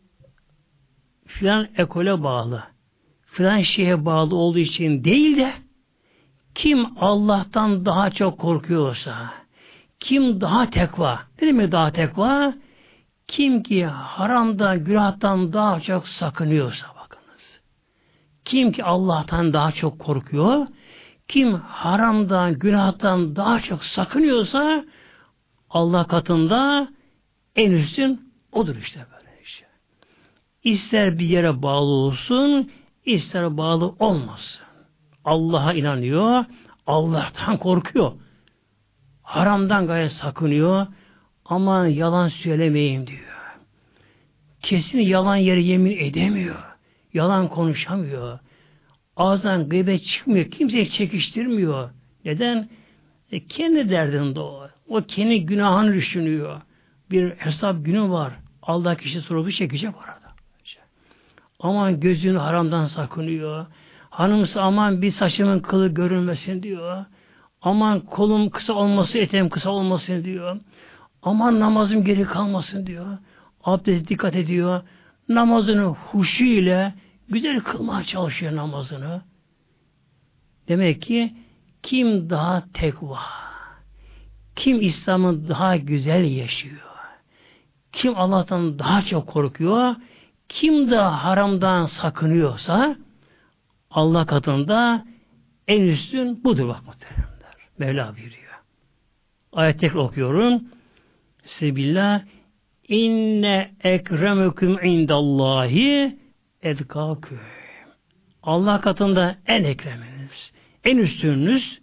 filan ekole bağlı, filan şeye bağlı olduğu için değil de kim Allah'tan daha çok korkuyorsa, kim daha tekva, ne demek daha tekva? Kim ki haramda, günahtan daha çok sakınıyorsa bakınız. Kim ki Allah'tan daha çok korkuyor, kim haramdan, günahtan daha çok sakınıyorsa Allah katında en üstün odur işte böyle işte. İster bir yere bağlı olsun, ister bağlı olmasın. Allah'a inanıyor, Allah'tan korkuyor. Haramdan gayet sakınıyor. Aman yalan söylemeyeyim diyor. Kesin yalan yere yemin edemiyor. Yalan konuşamıyor. Ağzından gıybet çıkmıyor. Kimseyi çekiştirmiyor. Neden? Kendi derdinde o. O kendi günahını düşünüyor. Bir hesap günü var. Allah kişi sorgu çekecek orada. Aman gözünü haramdan sakınıyor. Hanımsa aman bir saçımın kılı görünmesin diyor. Aman kolum kısa olması, eteğim kısa olmasın diyor. Aman namazım geri kalmasın diyor. Abdest dikkat ediyor. Namazını huşu ile güzel kılmaya çalışıyor namazını. Demek ki kim daha tekva, kim İslam'ı daha güzel yaşıyor, kim Allah'tan daha çok korkuyor, kim de haramdan sakınıyorsa Allah katında en üstün budur bak muhteremler. Mevla buyuruyor. Ayet tekrar okuyorum. Sebillah inne ekremeküm indallahi etkâküm. Allah katında en ekreminiz, en üstününüz,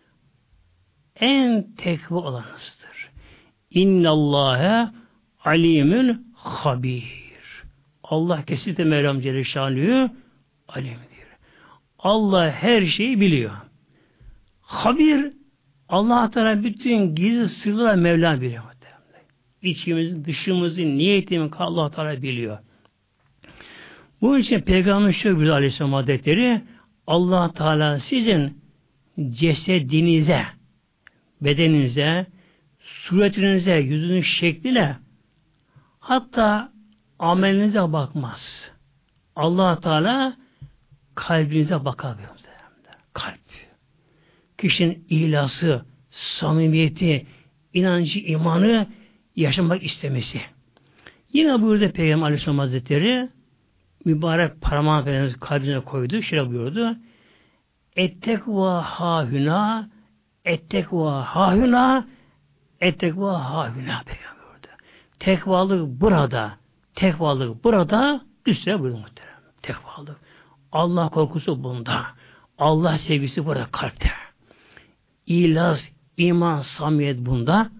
en tekva olanınızdır. İnnallâhe alimün habir. Allah kesinlikle Mevlam Celle Şanlı'yı alimdir. Allah her şeyi biliyor. Habir, Allah Teala bütün gizli sırları Mevlam biliyor. İçimizi, dışımızı, niyetimizi Allah Teala biliyor. Bunun için Peygamber şöyle buyuruyor Aleyhisselam Hazretleri, Allah Teala sizin cesedinize, bedeninize, suretinize, yüzünün şekline, hatta amelinize bakmaz. Allah Teala kalbinize bakar. Kalp. Kişinin ilası, samimiyeti, inancı, imanı yaşamak istemesi. Yine buyurdu Peygamber Aleyhisselam Hazretleri, mübarek parmağını Peygamberimiz kalbine koydu. Şöyle buyurdu. Ettekva hâhüna, ettekva hâhüna, ettekva hâhüna Peygamber buyurdu. Tekvalık burada, üstüne buyurdu muhterem. Tekvalık. Allah korkusu bunda. Allah sevgisi burada kalpte. İhlas, iman, samimiyet bunda.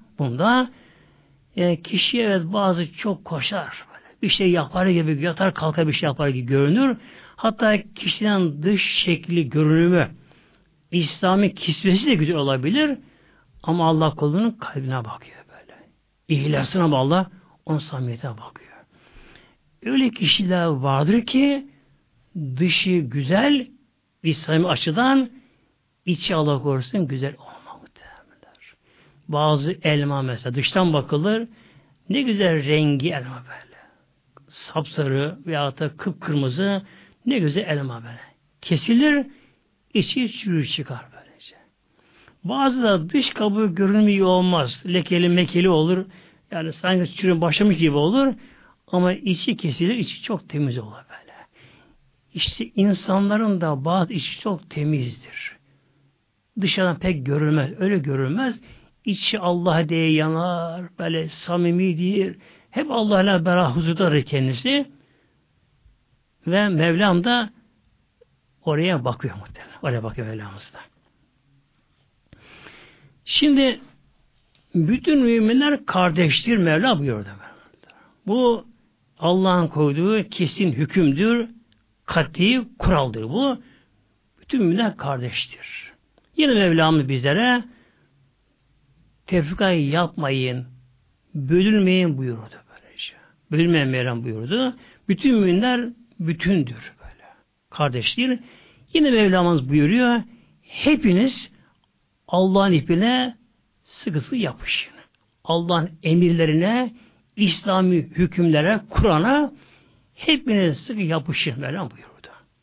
Kişi evet bazı çok koşar. Bir şey yapar gibi, yatar kalkar bir şey yapar gibi görünür. Hatta kişinin dış şekli, görünümü, İslami kisvesi de güzel olabilir. Ama Allah kulunun kalbine bakıyor böyle. İhlasına Allah onun samimiyetine bakıyor. Öyle kişiler vardır ki dışı güzel bir samimi açıdan içi Allah korusun güzel olmamaktadır. Bazı elma mesela dıştan bakılır ne güzel rengi elma böyle. Sapsarı veyahut da kıpkırmızı ne güzel elma böyle. Kesilir içi çürür çıkar böylece. Bazı da dış kabuğu görünümü iyi olmaz. Lekeli mekeli olur. Yani sanki çürüm başlamış gibi olur. Ama içi kesilir, içi çok temiz olur böyle. İşte insanların da bazı içi çok temizdir. Dışarıdan pek görülmez. Öyle görülmez. İçi Allah diye yanar. Böyle samimidir. Hep Allah'la beraber huzurdadır kendisi. Ve Mevlam da oraya bakıyor muhtemelen. Oraya bakıyor Mevlamız da. Şimdi bütün müminler kardeştir Mevla buyurdu. Bu Allah'ın koyduğu kesin hükümdür. Kat'i kuraldır bu. Bütün müminler kardeştir. Yine Mevlamız bizlere tefrikayı yapmayın, bölünmeyin buyurdu böylece. Bölünmeyen Mevlam buyurdu. Bütün müminler bütündür böyle. Kardeştir. Yine Mevlamız buyuruyor. Hepiniz Allah'ın ipine sıkı yapışın. Allah'ın emirlerine, İslami hükümlere, Kur'an'a hepiniz sıkı yapışın Mevlam buyurdu.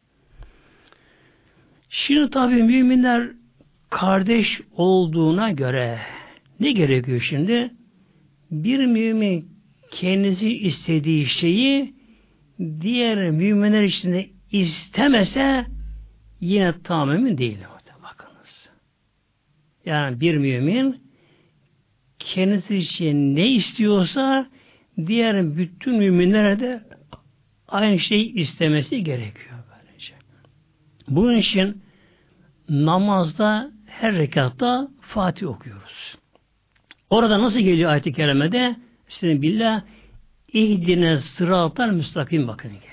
Şimdi tabii müminler kardeş olduğuna göre ne gerekiyor şimdi? Bir mümin kendisi istediği şeyi diğer müminler içinde istemese yine tam mümin değil. Bakınız. Yani bir mümin kendisi için ne istiyorsa diğer bütün müminlere de aynı şeyi istemesi gerekiyor böylece. Bunun için namazda her rekatta Fatih okuyoruz. Orada nasıl geliyor ayet-i kerimede? Bismillah İhdine sıratal müstakim bakın geliyor.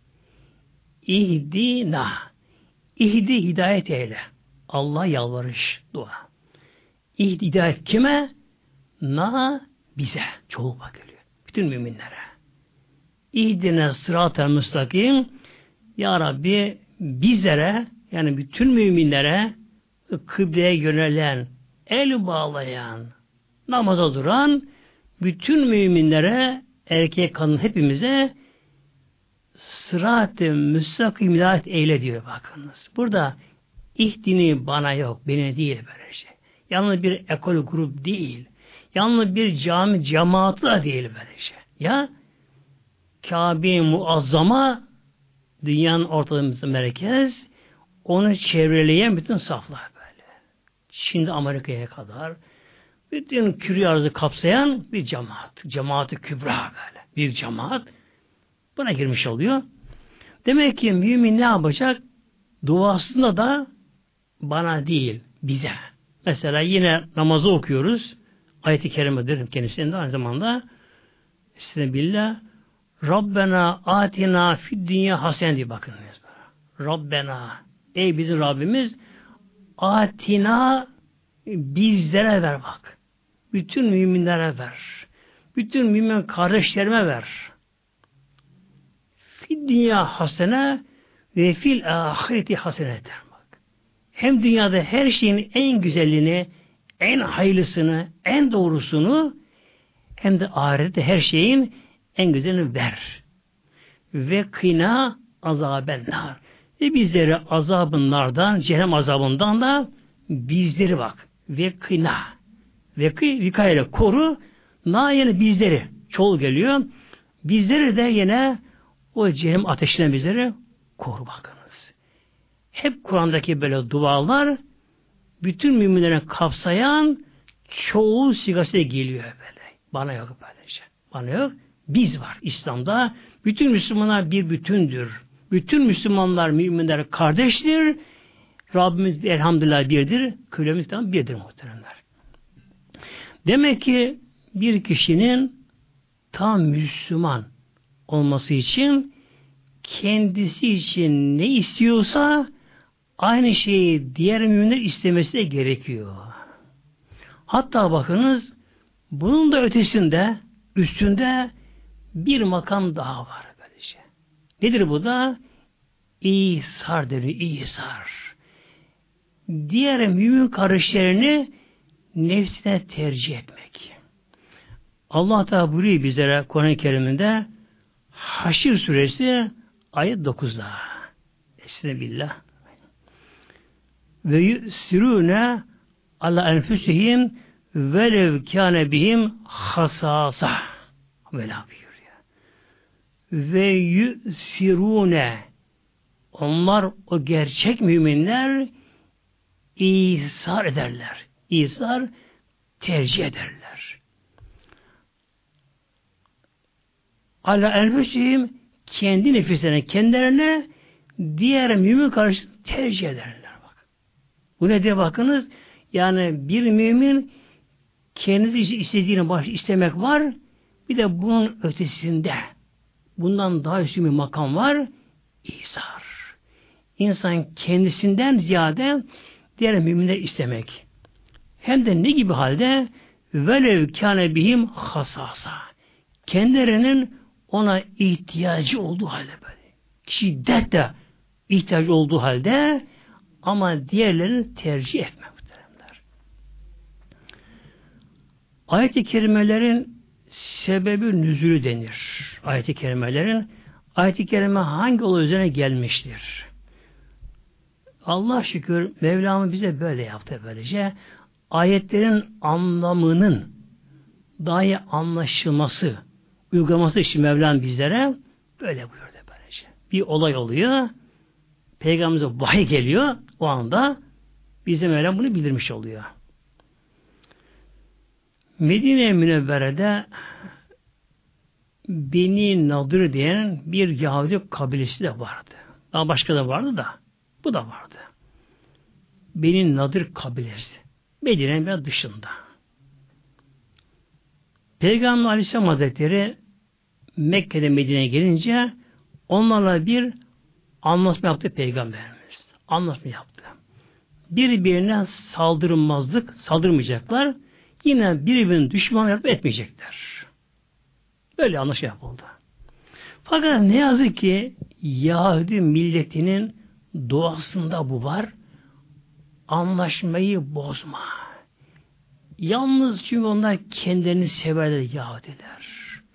İhdina. İhdi hidayet eyle. Allah yalvarış dua. İhdi hidayet kime? Na bize. Çoğu bak geliyor. Bütün müminlere. İhdine sıratal müstakim. Ya Rabbi bizlere yani bütün müminlere kıbleye yönelen, el bağlayan, namaza duran bütün müminlere erkek kadın hepimize sırat-ı müstakim hidayet eyle diyor bakınız. Burada ihdini bana yok, beni değil böyle şey. Yalnız bir ekol grup değil. Yalnız bir cami cemaati da değil böyle şey. Ya Kabe-i Muazzama dünyanın ortalığımızda merkez onu çevreleyen bütün saflar böyle. Şimdi Amerika'ya kadar bütün küre arzı kapsayan bir cemaat. Cemaat-i Kübra böyle. Büyük cemaat. Buna girmiş oluyor. Demek ki mümin ne yapacak? Duasında da bana değil, bize. Mesela yine namazı okuyoruz. Ayet-i kerimedir kendisinde aynı zamanda. Bismillah. Rabbena atina fid dünya hasen diye bakın. Rabbena. Ey bizim Rabbimiz atina bizlere ver bak. Bütün müminlere ver. Bütün mümin kardeşlerime ver. Fid dünya hasene ve fil ahireti haseneten bak. Hem dünyada her şeyin en güzelliğini, en hayırlısını, en doğrusunu hem de ahirette her şeyin en güzelini ver. Ve kına azabennar. Ve bizleri azabın nardan, cehennem azabından da bizleri bak. Ve kına. Ve vikayla koru. Na yine bizleri. Çoğul geliyor. Bizleri de yine o cehennem ateşinden bizleri koru bakınız. Hep Kur'an'daki böyle dualar bütün müminlerin kapsayan çoğul sigasıyla geliyor böyle. Bana yok böylece. Bana yok. Biz var İslam'da. Bütün Müslümanlar bir bütündür. Bütün Müslümanlar, müminler kardeştir. Rabbimiz elhamdülillah birdir, kölemiz tam birdir muhteremler. Demek ki bir kişinin tam Müslüman olması için kendisi için ne istiyorsa aynı şeyi diğer müminler istemesi de gerekiyor. Hatta bakınız bunun da ötesinde, üstünde bir makam daha var böylece. Nedir bu da? İsar deniyor, İsar. Diğer mümin kardeşlerini nefsine tercih etmek. Allah Teala buyuruyor bizlere Kur'an-ı Kerim'inde Haşr suresi ayet 9'da. Estağfirullah. Ve yusirune ala enfüsihim velev kâne bihim hasâsa. Vela buyuruyor. Ve yusirune onlar o gerçek müminler İsar ederler. İsar tercih ederler. Ala enfüsihim kendi nefislerine, kendilerine diğer mümin karşı tercih ederler. Bak. Bu ne diye bakınız? Yani bir mümin kendisi istediğini baş istemek var. Bir de bunun ötesinde bundan daha üstün bir makam var. İsar. İnsan kendisinden ziyade diğer müminler istemek. Hem de ne gibi halde? Velev kâne bihim hasasa. Kendilerinin ona ihtiyacı olduğu halde böyle. Şiddetle ihtiyacı olduğu halde ama diğerlerini tercih etme muhteremler. Ayet-i kerimelerin sebebi nüzulü denir. Ayet-i kerime hangi olay üzerine gelmiştir? Allah şükür Mevlamı bize böyle yaptı böylece. Ayetlerin anlamının daha iyi anlaşılması, uygulaması için Mevlam bizlere böyle buyurdu böylece. Bir olay oluyor, Peygamberimize vahiy geliyor, o anda bize Mevlam bunu bildirmiş oluyor. Medine-i Münevvere'de Beni Nadir diyen bir Yahudi kabilesi de vardı. Daha başka da vardı da, bu da vardı. Beni Nadir kabilesi. Medine'nin biraz dışında. Peygamber Aleyhisselam Hazretleri Mekke'de Medine'ye gelince onlarla bir anlaşma yaptı Peygamberimiz. Anlaşma yaptı. Birbirine saldırmayacaklar. Yine birbirinin düşman yapıp etmeyecekler. Böyle anlaşma yapıldı. Fakat ne yazık ki Yahudi milletinin doğasında bu var. Anlaşmayı bozma. Yalnız çünkü onlar kendilerini severler Yahudiler.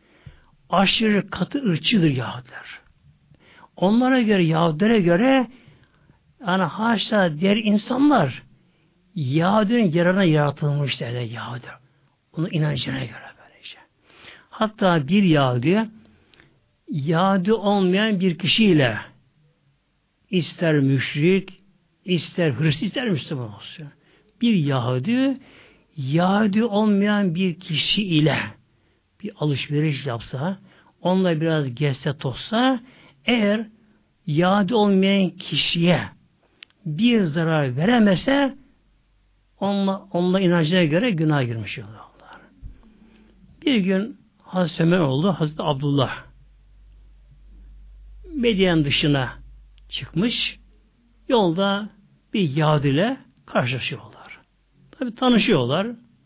Aşırı katı ırkçıdır Yahudiler. Onlara göre, Yahudilere göre yani haşa diğer insanlar Yahudi'nin yararına yaratılmış derler Yahudiler. Onun inancına göre böylece. Hatta bir Yahudi olmayan bir kişiyle ister müşrik, ister Hristiyan, ister Müslüman olsun. Bir Yahudi olmayan bir kişi ile bir alışveriş yapsa, onunla biraz gezse tozsa, eğer Yahudi olmayan kişiye bir zarar veremese, onunla inancına göre günah girmiş oluyorlar. Bir gün Hazreti Ömer oldu, Hazreti Abdullah Medine'nin dışına çıkmış, yolda bir Yahudi ile karşılaşıyorlar. Tabi tanışıyorlar.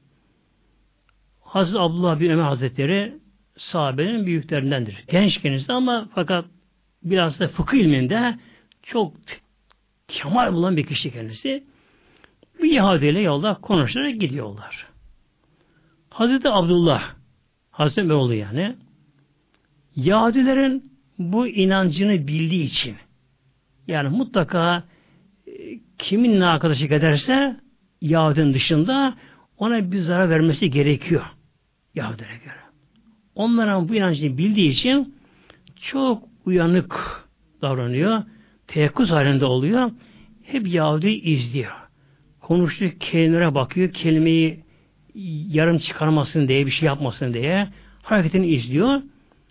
Hazreti Abdullah bin Ömer Hazretleri sahabenin büyüklerindendir. Genç kendisi ama fakat biraz da fıkıh ilminde çok kemal bulan bir kişi kendisi. Bir Yahudi ile yolda konuşarak gidiyorlar. Hazreti Abdullah Hazreti Ömer oldu yani. Yahudilerin bu inancını bildiği için yani mutlaka kiminle arkadaşlık ederse Yahudinin dışında ona bir zarar vermesi gerekiyor. Yahudilere göre. Onların bu inancını bildiği için çok uyanık davranıyor. Teyakkuz halinde oluyor. Hep Yahudi izliyor. Konuştuğu kelimelere bakıyor. Kelimeyi yarım çıkarmasın diye, bir şey yapmasın diye hareketini izliyor.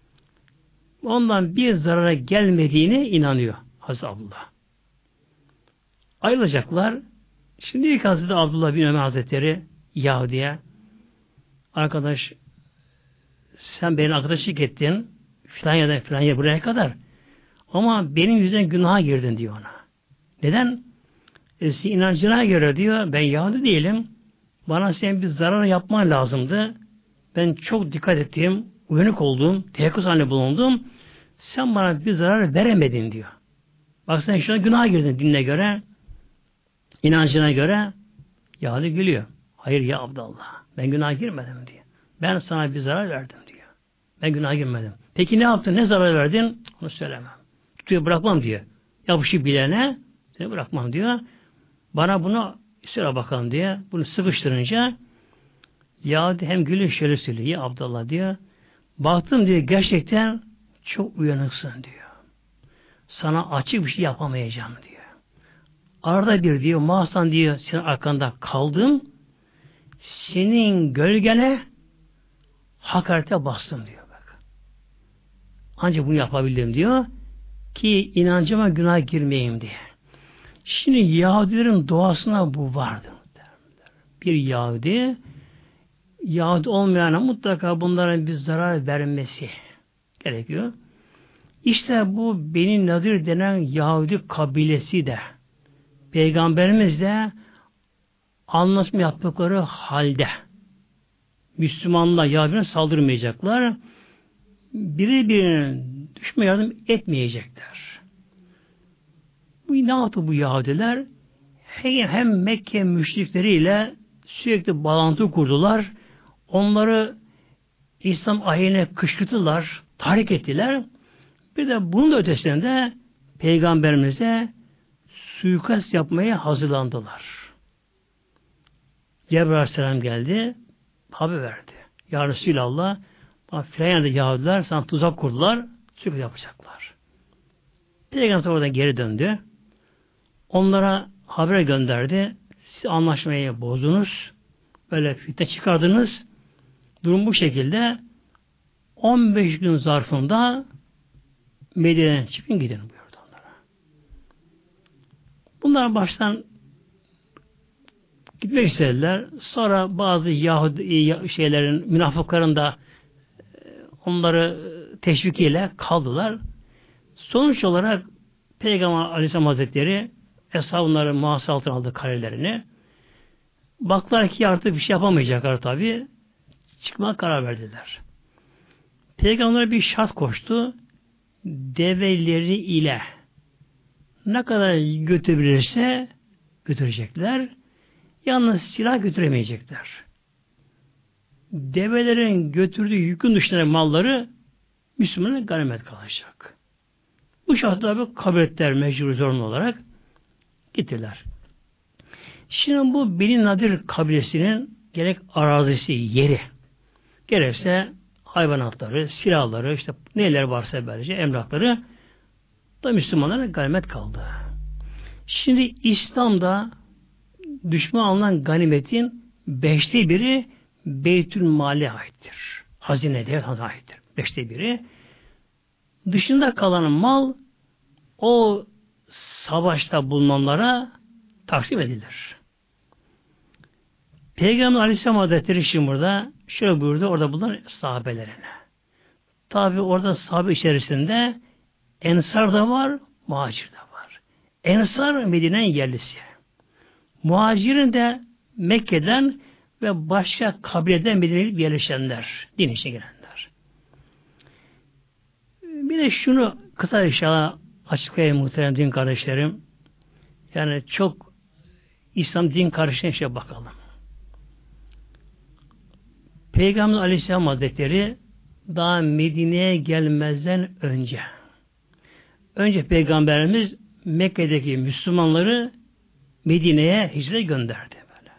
ve ondan bir zarara gelmediğine inanıyor Hazreti Abdullah. Ayrılacaklar. Şimdi ilk Hazreti Abdullah bin Ömer Hazretleri Yahudi'ye, arkadaş sen benim arkadaşlık ettin filan yerden filan yer buraya kadar ama benim yüzden günaha girdin diyor ona. Neden? Senin inancına göre diyor ben Yahudi değilim. Bana senin bir zarar yapman lazımdı. Ben çok dikkat ettim. Uyanık oldum. Teyakkuz halinde bulundum. Sen bana bir zarar veremedin diyor. Bak sen şuna günaha girdin dinine göre. İnancına göre Yahudi gülüyor. Hayır ya Abdullah. Ben günaha girmedim diyor. Ben sana bir zarar verdim diyor. Ben günaha girmedim. Peki ne yaptın? Ne zarar verdin? Onu söylemem. Tutuyor bırakmam diyor. Yapışı bilene seni bırakmam diyor. Bana bunu söyle bakalım diye. Bunu sıkıştırınca Yahudi hem gülüyor şöyle söylüyor. Ya Abdullah diyor. Baktım diyor gerçekten çok uyanıksın diyor. Sana açık bir şey yapamayacağım diyor. Arada bir diyor mağazan diyor senin arkanda kaldım. Senin gölgene hakarete bastım diyor bak. Ancak bunu yapabildim diyor ki inancıma günah girmeyeyim diye. Şimdi Yahudilerin doğasına bu vardı. Bir Yahudi olmayana mutlaka bunlara bir zarar vermesi gerekiyor. İşte bu Beni Nadir denen Yahudi kabilesi de Peygamberimizle anlaşma yaptıkları halde Müslümanlar Yahudi'ne saldırmayacaklar. Birbirine düşme yardım etmeyecekler. Bu ne yaptı bu Yahudiler? Hem Mekke müşrikleriyle sürekli bağlantı kurdular. Onları İslam ayine kışkırttılar, tahrik ettiler. Bir de bunun da ötesinde Peygamberimize suikast yapmaya hazırlandılar. Cebrail Aleyhisselam geldi, haber verdi. Ya Resulallah, filan yerde Yahudiler sana tuzak kurdular, suikast yapacaklar. Peygamber oradan geri döndü. Onlara haber gönderdi. Siz anlaşmayı bozdunuz. Böyle fitne çıkardınız. Durum bu şekilde 15 gün zarfında Medine'den çıkın gidin buyurdu onlara. Bunlar baştan gitmek istediler. Sonra bazı Yahudi münafıkların da onları teşvikiyle kaldılar. Sonuç olarak Peygamber Aleyhisselam Hazretleri Eshab-ı muhasara altına aldı kalelerini. Baktılar ki artık bir şey yapamayacaklar tabi. Çıkmaya karar verdiler. Peygamber bir şart koştu. Develeri ile ne kadar götürebilirse götürecekler. Yalnız silah götüremeyecekler. Develerin götürdüğü yükün dışında malları Müslümanın ganimet kalacak. Bu şartı tabi kabul ettiler mecbur zorunlu olarak. Gittiler. Şimdi bu Beni Nadir kabilesinin gerek arazisi, yeri, gerekse hayvanatları, silahları, işte neler varsa böylece emlakları da Müslümanlara ganimet kaldı. Şimdi İslam'da düşman alınan ganimetin 5'te 1'i Beytülmal'e aittir. Hazine devlet aittir. 5'te 1'i. Dışında kalan mal o savaşta bulunanlara taksim edilir. Peygamber Aleyhisselam Hazretleri şimdi burada şöyle buyurdu orada bulunan sahabelerine. Tabi orada sahabe içerisinde Ensar da var, Muhacir de var. Ensar Medine'nin yerlisi. Muhacirin de Mekke'den ve başka kabileden Medine'ye yerleşenler, din içine girenler. Bir de şunu kısa inşallah açıklayayım muhterem din kardeşlerim. Yani çok İslam din kardeşlerine şey bakalım. Peygamber Aleyhisselam Hazretleri daha Medine'ye gelmezden önce Peygamberimiz Mekke'deki Müslümanları Medine'ye hicret gönderdi. Böyle.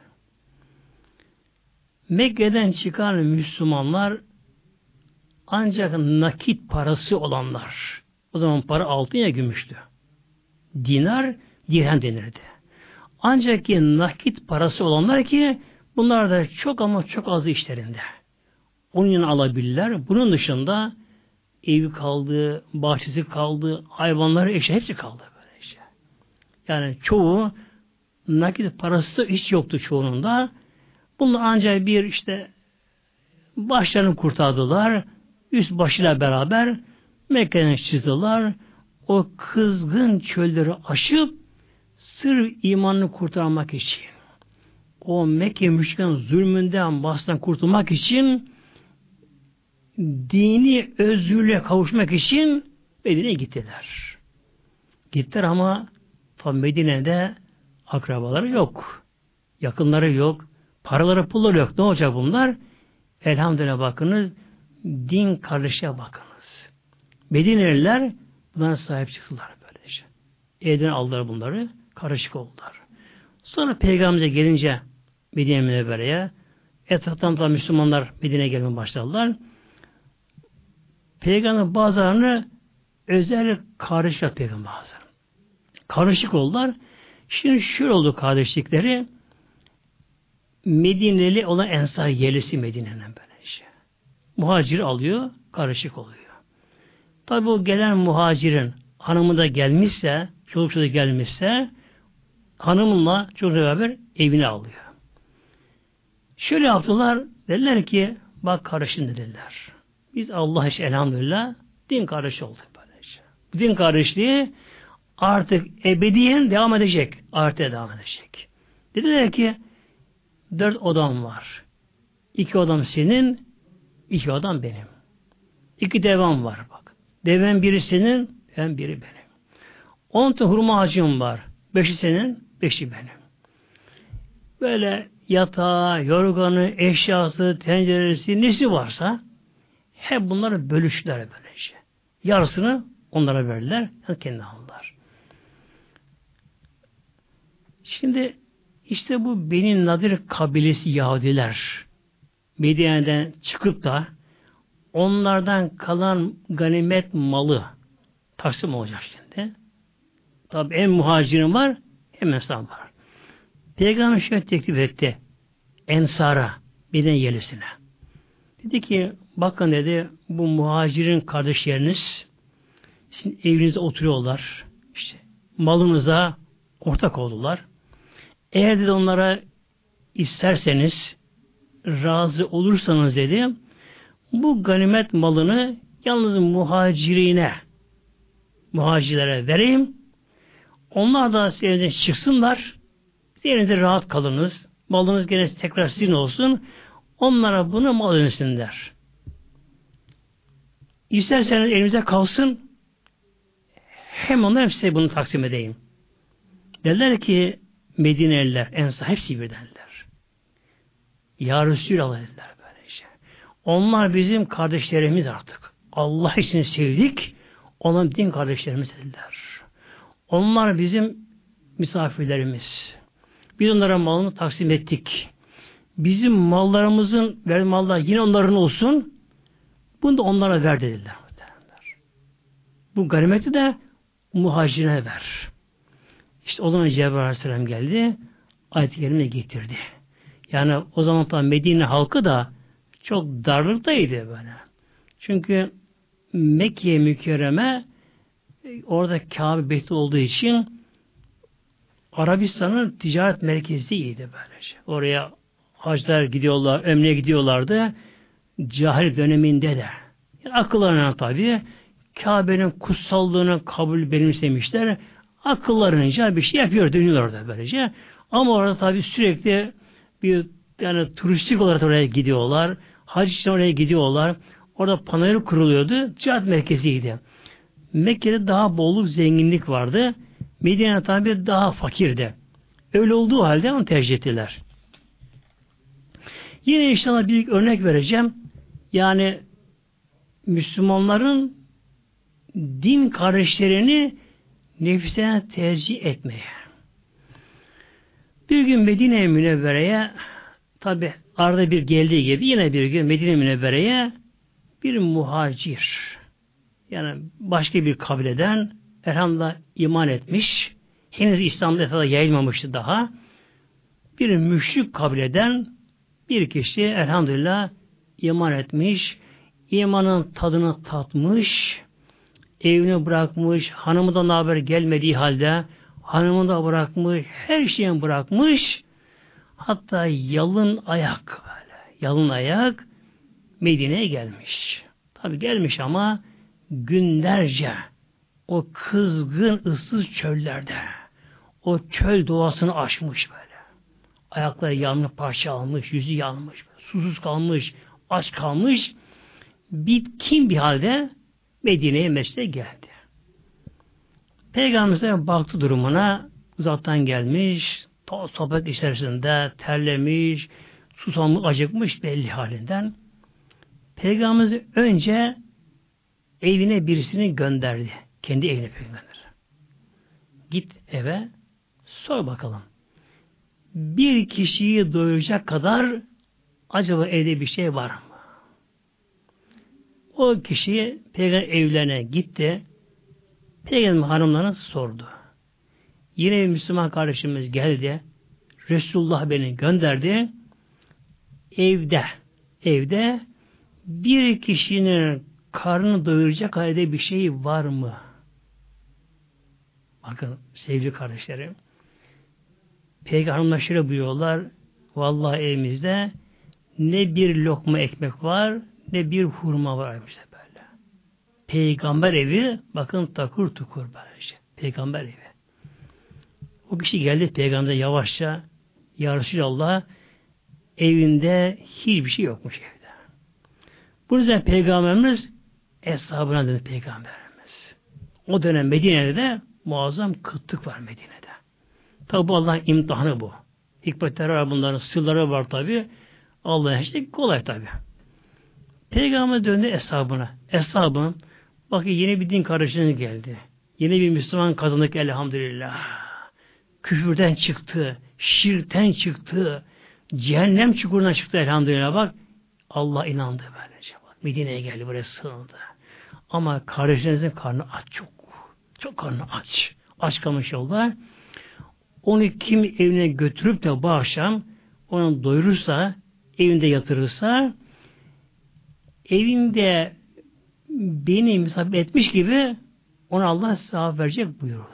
Mekke'den çıkan Müslümanlar ancak nakit parası olanlar. O zaman para altın ya gümüştü. Dinar, dirhem denirdi. Ancak ki nakit parası olanlar ki bunlar da çok ama çok az işlerinde. Onun yanına alabilirler. Bunun dışında evi kaldı, bahçesi kaldı, hayvanları, eşya hepsi kaldı böyle işte. Yani çoğu nakit parası da hiç yoktu çoğunun da. Bunlar ancak bir işte başlarını kurtardılar. Üst başıyla beraber Mekke'den çıktılar. O kızgın çölleri aşıp sırf imanını kurtarmak için, o Mekke müşriklerin zulmünden, baskıdan kurtulmak için, dini özgürlüğe kavuşmak için Medine'ye gittiler. Gittiler ama tabi Medine'de akrabaları yok. Yakınları yok. Paraları pulları yok. Ne olacak bunlar? Elhamdülillah bakınız, din kardeşliğe bakınız. Medineliler buna sahip çıktılar böylece. Evden aldılar bunları, karışık oldular. Sonra Peygamber'e gelince Medine Münevvere'ye etraftan da Müslümanlar Medine'ye gelmeye başladılar. Peygamber bazılarını özel karışık Peygamber bazıları. Karışık oldular. Şimdi şöyle oldu kardeşlikleri. Medineli olan Ensar yerlisi Medine'nin böylece. Muhacir alıyor, karışık oluyor. Tabi o gelen muhacirin hanımı da gelmişse, çoluk çocuğu gelmişse, hanımınla çocukla beraber evine alıyor. Şöyle yaptılar, dediler ki, bak kardeşin dediler. Biz Allah için elhamdülillah din kardeşi olduk böylece. Din kardeşliği artık ebediyen devam edecek. Artık devam edecek. Dediler ki, 4 odam var. 2 odam senin, 2 odam benim. 2 devam var bak. Devem biri senin, devem biri benim. 10 tane hurma ağacım var. 5'i senin, 5'i benim. Böyle yatağı, yorganı, eşyası, tenceresi, nesi varsa hep bunları bölüştüler böylece. Yarısını onlara verdiler, kendi aldılar. Şimdi işte bu Beni Nadir kabilesi Yahudiler Medine'den çıkıp da onlardan kalan ganimet malı taksim olacak şimdi. Tabi hem muhacirin var hem ensar var. Peygamber şöyle teklif etti Ensar'a, Medine yerlisine. Dedi ki bakın dedi bu muhacirin kardeşleriniz sizin evinizde oturuyorlar. İşte malınıza ortak oldular. Eğer dedi onlara isterseniz razı olursanız dedi bu ganimet malını yalnız muhacirlere vereyim. Onlar da size çıksınlar. Yerinizde rahat kalınız. Malınız gene tekrar sizin olsun. Onlara bunu mal edinsinler. İsterseniz elimize kalsın. Hem onlar hem size bunu taksim edeyim. Derler ki Medineliler, Ensar hepsi birdenler. Ya Resulallah dediler böylece. Onlar bizim kardeşlerimiz artık. Allah için sevdik. Onlar din kardeşlerimiz dediler. Onlar bizim misafirlerimiz. Biz onlara malını taksim ettik. Bizim mallarımızın verdiği mallar yine onların olsun. Bunu da onlara ver dediler. Bu ganimeti de muhacirine ver. İşte o zaman Cebrail Aleyhisselam geldi. Ayet-i Kerime getirdi. Yani o zaman da Medine halkı da çok darlıktaydı böyle. Çünkü Mekke mükerreme orada Kabe Beyti olduğu için Arabistan'ın ticaret merkeziydi böylece. Oraya hacılar gidiyorlar, ömreye gidiyorlardı. Cahil döneminde de. Yani akıllarına tabii Kabe'nin kutsallığını kabul benimsemişler. Akıllarınca bir şey yapıyor, dönüyorlar orada böylece. Ama orada tabii sürekli bir yani turistik olarak oraya gidiyorlar. Hac için oraya gidiyorlar. Orada panayır kuruluyordu. Ticaret merkeziydi. Mekke'de daha bolluk, zenginlik vardı. Medine tabi daha fakirdi. Öyle olduğu halde onu tercih ettiler. Yine inşallah bir örnek vereceğim. Yani Müslümanların din kardeşlerini nefisine tercih etmeye. Bir gün Medine Münevvere'ye tabi arada bir geldiği gibi yine bir gün Medine Münevvere'ye bir muhacir yani başka bir kabileden elhamdülillah iman etmiş. Henüz İslam'da etrafta yayılmamıştı daha. Bir müşrik kabileden bir kişi elhamdülillah iman etmiş. İmanın tadını tatmış. Evini bırakmış. Hanımından haber gelmediği halde hanımını da bırakmış, her şeyini bırakmış, hatta yalın ayak böyle, yalın ayak Medine'ye gelmiş. Tabi gelmiş ama günlerce o kızgın ıssız çöllerde o çöl doğasını aşmış böyle. Ayakları yanmış, parça almış, yüzü yanmış, susuz kalmış, aç kalmış, bitkin bir halde Medine'ye mescide geldi. Peygamberimiz baktı durumuna, uzaktan gelmiş, sohbet içerisinde terlemiş, susamış, acıkmış belli halinden. Peygamberimiz önce evine birisini gönderdi. Kendi evine gönderdi. Git eve, sor bakalım. Bir kişiyi doyuracak kadar acaba evde bir şey var mı? O kişi Peygamber evlerine gitti. Peygamber hanımlarına sordu. Yine bir Müslüman kardeşimiz geldi. Resulullah beni gönderdi. Evde bir kişinin karnını doyuracak halde bir şey var mı? Bakın sevgili kardeşlerim. Peygamberler şöyle buyuruyorlar. Vallahi evimizde ne bir lokma ekmek var, ne bir hurma var evimizde böyle. Peygamber evi, bakın takır tukur böylece. Peygamber evi. O kişi geldi Peygamber'e yavaşça, Ya Resulallah, evinde hiçbir şey yokmuş evde. Bu yüzden Peygamberimiz eshabına dedi Peygamberimiz. O dönem Medine'de de muazzam kıtlık var Medine'de. Tabi bu Allah'ın imtihanı bu. Hikmetleri var bunların, sırları var tabi. Allah'ın her şey kolay tabi. Peygamber döndü eshabına. Eshabım, bakın yeni bir din kardeşiniz geldi. Yeni bir Müslüman kazandık elhamdülillah. Küfürden çıktı, şirkten çıktı, cehennem çukuruna çıktı elhamdülillah bak. Allah inandı böylece. Bak, Medine'ye geldi, buraya sığındı. Ama kardeşlerinizin karnı aç çok. Çok karnı aç. Aç kalmış yolda. Onu kim evine götürüp de bu akşam onu doyurursa, evinde yatırırsa, evinde beni misafir etmiş gibi ona Allah sevap verecek buyurdu.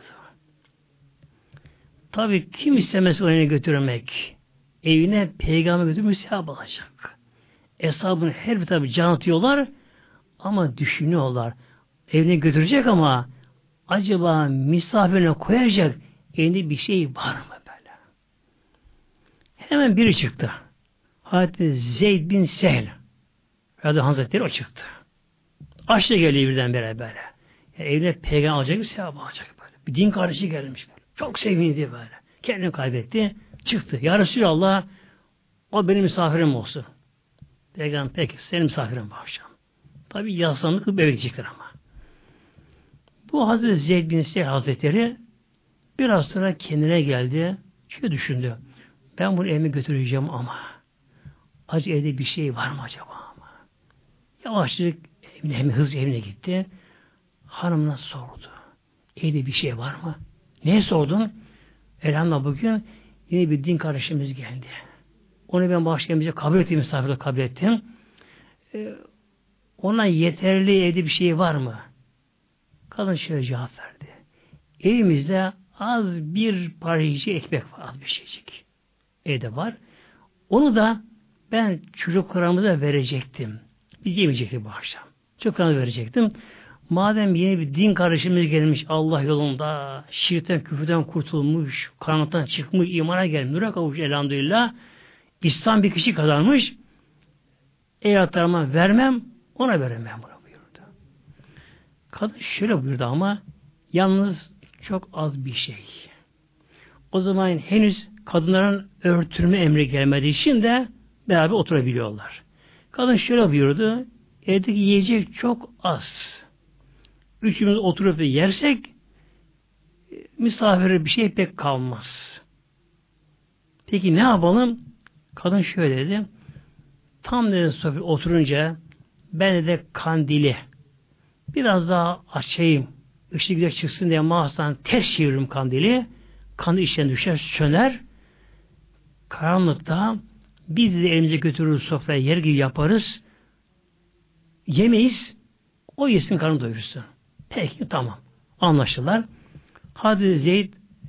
Tabi kim istemez onu götürmek, evine peygamber götürmüş sevap alacak. Eshabın her bir tabi can atıyorlar ama düşünüyorlar. Evine götürecek ama acaba misafirine koyacak evinde bir şey var mı böyle? Hemen biri çıktı. Hazreti Zeyd bin Sehl Radıyallahu Hazretleri o çıktı. Açla geliyor birdenbire böyle. Yani evine peygamber alacak bir sevap alacak böyle. Bir din kardeşi gelmiş böyle. Çok sevindi böyle. Kendini kaybetti. Çıktı. Ya Resulallah, o benim misafirim olsun. Peygamber peki senin misafirin bu akşam. Tabi yaslanlık bekleyecekler ama. Bu Hazreti Zeyd bin Sehl Hazretleri biraz sonra kendine geldi. Şöyle düşündü. Ben bunu evime götüreceğim ama acı evde bir şey var mı acaba ama. Yavaşlık evine, hızlı evine gitti. Hanımına sordu. Evde bir şey var mı? Neye sordun? Elhamdülillah bugün yine bir din kardeşimiz geldi. Onu ben başlayınca kabul ettim, misafirle kabul ettim. Ona yeterli evde bir şey var mı? Kadın şöyle cevap verdi. Evimizde az bir parça ekmek var, az bir şeycik. Evde var. Onu da ben çocuklarımıza verecektim. Biz yemeyecektik bu akşam. Çocuklarımıza verecektim. Madem yeni bir din kardeşimiz gelmiş Allah yolunda, şirkten, küfürden kurtulmuş, karanlıktan çıkmış, imana gelmiş, nura kavuşmuş elhamdülillah, İslam bir kişi kazanmış, evlatlarıma vermem, ona veremem bunu buyurdu. Kadın şöyle buyurdu ama, yalnız çok az bir şey. O zaman henüz kadınların örtülme emri gelmediği için de beraber oturabiliyorlar. Kadın şöyle buyurdu, evdeki yiyecek çok az. Üçümüz oturup yersek misafire bir şey pek kalmaz. Peki ne yapalım? Kadın şöyle dedi. Tam dedi sofraya oturunca ben de kandili biraz daha açayım. Işık güzel çıksın diye mağazadan ters çeviririm kandili. Kandil içine düşer, söner. Karanlıkta biz de elimize götürürüz sofraya yer gibi yaparız. Yemeyiz. O yesin karnını doyursun. Peki tamam. Anlaştılar. Hadi Zeyd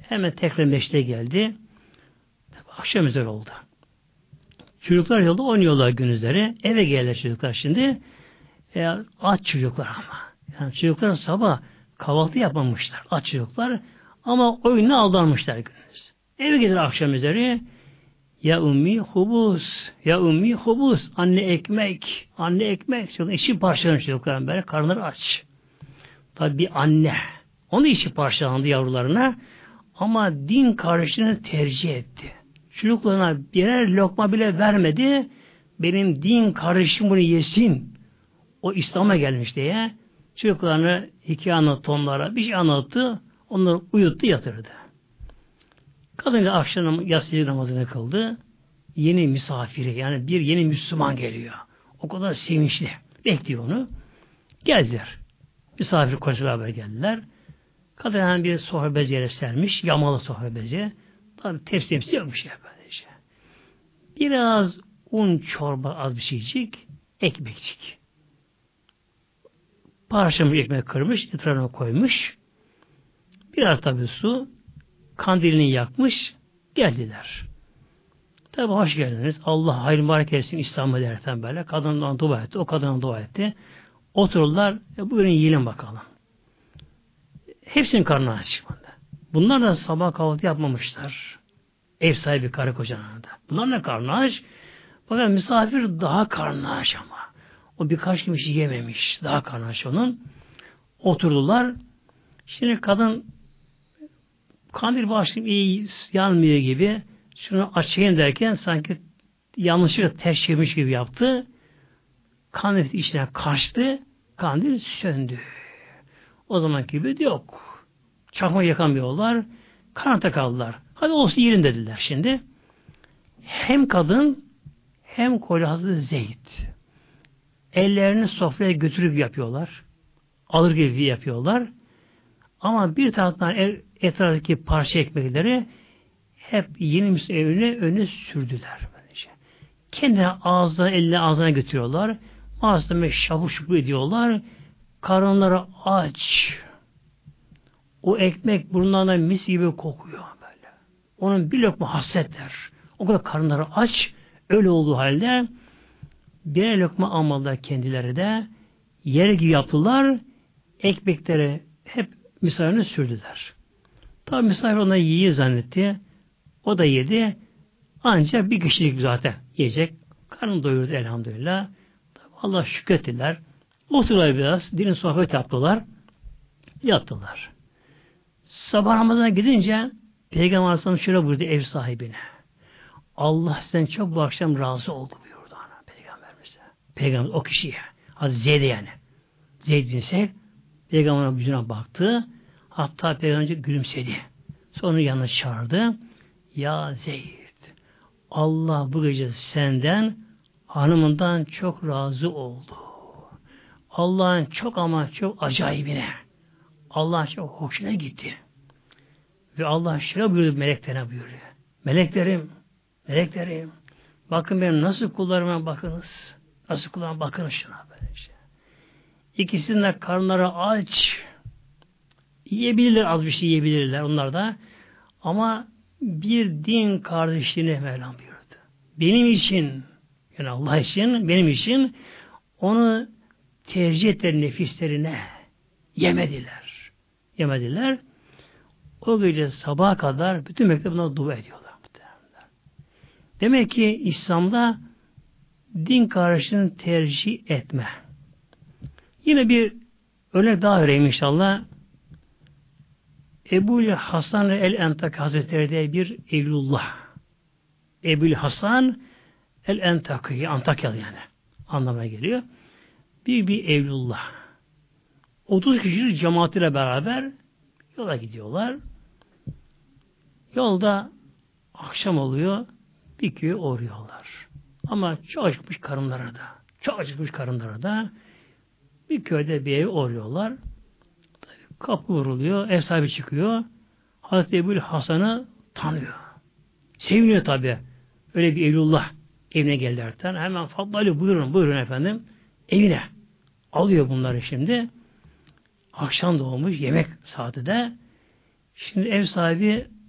Hemen tekrar meşte geldi. Akşam üzeri oldu. Çocuklar yolda oynuyorlar gün üzeri. Eve geldiler çocuklar şimdi. Aç çocuklar ama. Yani çocuklar sabah kahvaltı yapmamışlar. Aç çocuklar. Ama oyuna aldanmışlar gündüz. Eve gelir akşam üzeri. Ya ummi hubus. Ya ummi hubus. Anne ekmek. Anne ekmek. Çocuklar işi parçalanıyor çocukların böyle. Karnları aç. Tabi bir anne. Onun işi parçalandı yavrularına. Ama din kardeşini tercih etti. Çocuklarına birer lokma bile vermedi. Benim din kardeşim bunu yesin. O İslam'a gelmiş diye çocuklarını hikaye anlattı onlara. Bir şey anlattı. Onları uyuttu yatırdı. Kadın akşam yatsı namazını kıldı. Yeni misafiri yani bir yeni Müslüman geliyor. O kadar sevinçli. Bekliyor onu. Geldiler. Misafir kocalar beraber geldiler. Kadın yani bir sofra bezi yere sermiş. Yamalı sofra bezi. Tabi tepsi yokmuş ya böylece. Biraz un çorba az bir şeycik. Ekmekçik. Parçamış ekmek kırmış. Etrafına koymuş. Biraz tabi su. Kandilini yakmış. Geldiler. Tabi hoş geldiniz. Allah hayırlı mübarek etsin İslam'a derken böyle. Kadından dua etti. O kadından dua etti. Otururlar. Buyurun yiyelim bakalım. Hepsinin karnı aç. Bunlar da sabah kahvaltı yapmamışlar. Ev sahibi karı kocanın da. Bunlar da karnı aç. Fakat misafir daha karnı aç ama. O birkaç gün bir şey yememiş. Daha karnı aç onun. Oturdular. Şimdi kadın kandil başlayıp iyi yanmıyor gibi şunu açayım derken sanki yanlışlıkla ters çevirmiş gibi yaptı. Kandil içine kaçtı. Kandil söndü. O zaman gibi yok. Çakma yakamıyorlar. Karanlıkta kaldılar. Hadi olsun yiyelim dediler şimdi. Hem kadın hem koca Hazreti Zeyd ellerini sofraya götürüp yapıyorlar. Alır gibi yapıyorlar. Ama bir taraftan etraftaki parça ekmekleri hep yeni Müslüman önüne sürdüler. Böylece. Kendine ağzına, eline ağzına götürüyorlar. Ağzına şapur şupur ediyorlar. Karınları aç. O ekmek burnlarından mis gibi kokuyor böyle. Onun bir lokma hasretler. O kadar karınları aç. Öyle olduğu halde birer lokma almadılar kendileri de. Yer gibi yaptılar. Ekmekleri hep misafirine sürdüler. Tabi misafir ona yiyi zannetti. O da yedi. Ancak bir kişilik zaten yiyecek. Karnını doyurdu elhamdülillah. Tabi Allah şükrettiler. Oturdular biraz. Dilin sohbet yaptılar. Yattılar. Sabah namazına gidince Peygamber Aleyhisselam şöyle buyurdu ev sahibine. Allah sizden çok bu akşam razı oldu buyurdu ana Peygamberimize. Peygamber o kişiye. Hazreti Zeyd yani. Zeyd bin Sehl Peygamber'in yüzüne baktı. Hatta Peygamber gülümsedi. Sonra yanına çağırdı. Ya Zeyd Allah bu gece senden hanımından çok razı oldu. Allah'ın çok ama çok acayibine. Allah çok hoşuna gitti. Ve Allah şöyle buyurdu meleklerine buyuruyor. Meleklerim, bakın benim nasıl kullarıma bakınız. Nasıl kullarıma bakınız şuna böyle şey. İkisinin de karnları aç. Yiyebilirler, az bir şey yiyebilirler onlar da. Ama bir din kardeşliğine Mevlam buyurdu. Benim için, yani Allah için, benim için onu tercih ettiler nefislerine. Yemediler. O gece sabaha kadar bütün Mekke buna dua ediyorlar. Demek ki İslam'da din kardeşliğini tercih etme. Yine bir örnek daha vereyim inşallah. Ebu'l Hasan el-Entaki Hazretleri diye bir Evlullah. Ebu'l Hasan el-Entaki, Antakyalı yani anlamına geliyor. Bir Evlullah. 30 kişilik cemaatiyle beraber yola gidiyorlar. Yolda akşam oluyor. Bir köye uğruyorlar. Ama çok acıkmış karınlara da bir köyde bir ev uğruyorlar. Kapı vuruluyor. Ev sahibi çıkıyor. Hazreti Ebu'l Hasan'ı tanıyor. Seviniyor tabi. Öyle bir Evlullah evine gelirken hemen Fadlı Ali buyurun efendim. Evine. Alıyor bunları şimdi. Akşam da olmuş. Yemek saati de. Şimdi ev sahibi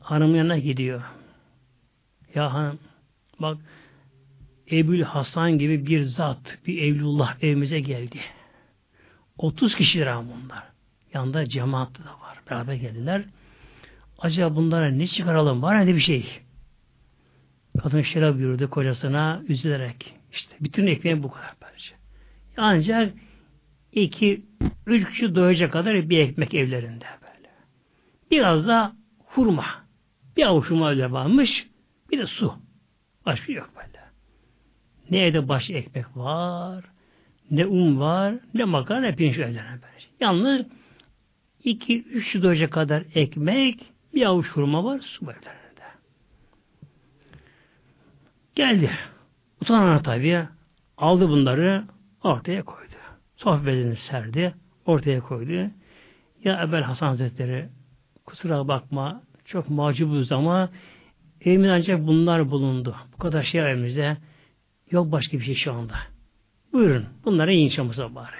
hanımın yanına gidiyor. Ya hanım, bak Ebul Hasan gibi bir zat, bir evlullah evimize geldi. 30 kişiler ama bunlar. Yanında cemaat da var. Beraber geldiler. Acaba bunlara ne çıkaralım? Var mı bir şey? Kadın şöyle buyurdu kocasına üzülerek. İşte bütün ekmeği bu kadar böylece. Ancak 2-3 kişi doyacak kadar bir ekmek evlerinde böyle. Biraz da hurma. Bir avuç hurma öyle varmış. Bir de su. Başka yok böyle. Ne evde baş ekmek var, ne un var, ne makarna, ne pirinç evlerine böylece. Yalnız 2-3 doyacak kadar ekmek, bir avuç hurma var, su var evlerinde. Geldi. Utanan tabii aldı bunları ortaya koydu. Sohbetini serdi. Ortaya koydu. Ya Ebul Hasan Hazretleri kusura bakma çok macubuz ama evimizde ancak bunlar bulundu. Bu kadar şey evimizde. Yok başka bir şey şu anda. Buyurun. Bunları yiyin çamursa bari.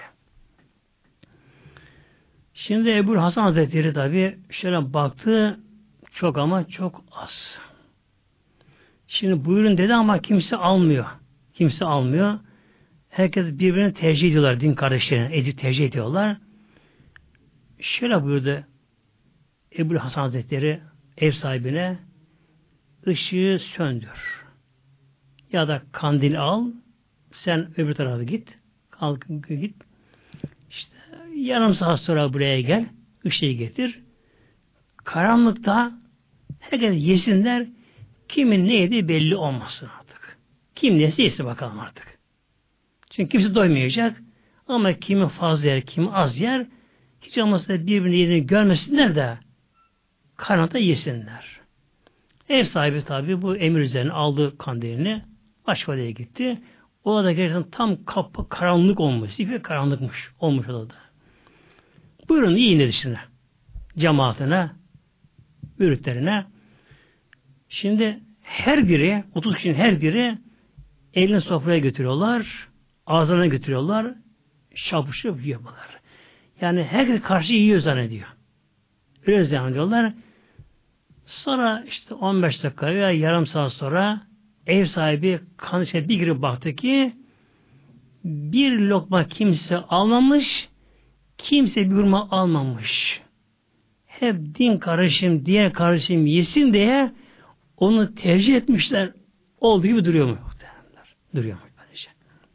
Şimdi Ebul Hasan Hazretleri tabii şöyle baktı çok ama çok az. Şimdi buyurun dedi ama kimse almıyor. Kimse almıyor. Herkes birbirini tercih ediyorlar din kardeşlerine. Tercih ediyorlar. Şöyle buyurdu Ebul Hasan Hazretleri ev sahibine ışığı söndür. Ya da kandil al sen öbür tarafa git. Kalk git. İşte yarım saat sonra buraya gel. Işığı getir. Karanlıkta herkes yesinler. Kimin ne yediği belli olmasın artık. Kim neyse yesin bakalım artık. Çünkü kimse doymayacak. Ama kimi fazla yer, kimi az yer. Hiç olmazsa birbirinin yerini görmesinler de karanlıkta yesinler. Ev sahibi tabi bu emir üzerine aldı kandilini. Başka odaya gitti. O odada gerçekten tam kapı karanlık olmuş. Zifi karanlıkmış. Olmuş odada. Buyurun yiyin dedi şimdi. Cemaatine, müritlerine. Şimdi her biri, 30 kişinin her biri elini sofraya götürüyorlar. Ağzına götürüyorlar. Şapışıp yiyorlar. Yani herkes karşı yiyor zannediyor. Öyle zannediyorlar. Sonra işte 15 dakika veya yarım saat sonra ev sahibi kanışa bir girip baktı ki bir lokma kimse almamış, kimse bir hurma almamış. Hep din kardeşim, diğer kardeşim yesin diye onu tercih etmişler. Olduğu gibi duruyor mu? Duruyor mu? Böylece.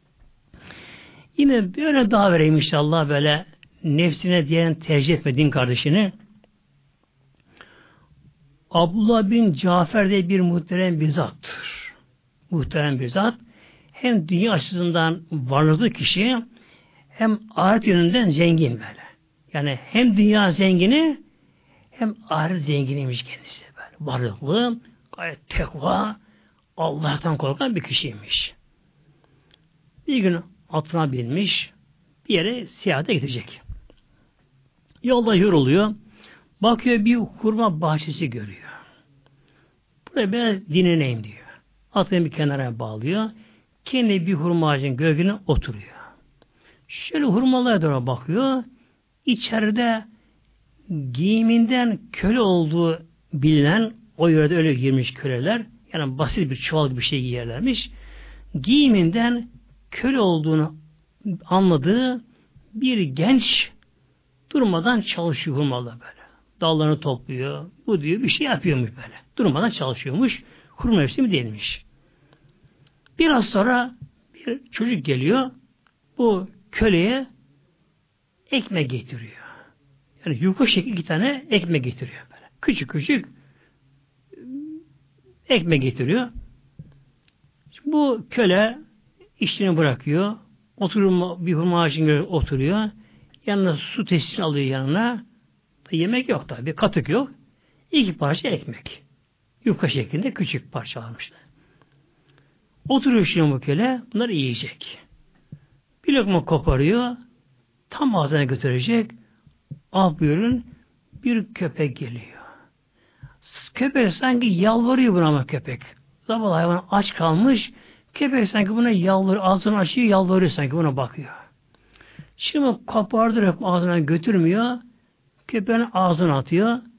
Yine böyle daha vereyim inşallah böyle nefsine diyen tercih etme din kardeşini. Abdullah bin Cafer diye bir muhterem bir zattır. Muhterem bir zat. Hem dünya açısından varlıklı kişi hem ahiret yönünden zengin böyle. Yani hem dünya zengini hem ahiret zenginiymiş kendisi böyle. Varlıklı, gayet tekva, Allah'tan korkan bir kişiymiş. Bir gün atına binmiş, bir yere seyahate gidecek. Yolda yoruluyor, bakıyor bir hurma bahçesi görüyor. Buraya biraz dinleneyim diyor. Atını bir kenara bağlıyor, kendi bir hurma ağacının gölgesine oturuyor. Şöyle hurmalara doğru bakıyor, içeride giyiminden köle olduğu bilinen, o yörede öyle girmiş köleler, yani basit bir çuval gibi bir şey giyerlermiş. Giyiminden köle olduğunu anladığı bir genç durmadan çalışıyor hurmalar böyle. Dallarını topluyor, bu diyor bir şey yapıyormuş böyle. Durmadan çalışıyormuş, hurma mevsimi değilmiş. Biraz sonra bir çocuk geliyor, bu köleye ekmek getiriyor. Yani yukarı şekli 2 tane ekmek getiriyor böyle. Küçük küçük ekmek getiriyor. Şimdi bu köle işini bırakıyor. Oturuyor, bir hurma ağacına oturuyor. Yanına su testini alıyor yanına. Yemek yok tabi. Katık yok. 2 parça ekmek. Yufka şeklinde küçük parça almışlar. Oturuyor şimdi bu köle. Bunları yiyecek. Bir lokma koparıyor. Tam ağzına götürecek. Ah buyurun. Bir köpek geliyor. Köpek sanki yalvarıyor buna ama köpek. Zavallı hayvan aç kalmış. Köpek sanki buna yalvarıyor. Ağzını açıyor yalvarıyor sanki buna bakıyor. Şimdi kopardırıp ağzına götürmüyor. Köpeğin ağzına atıyor.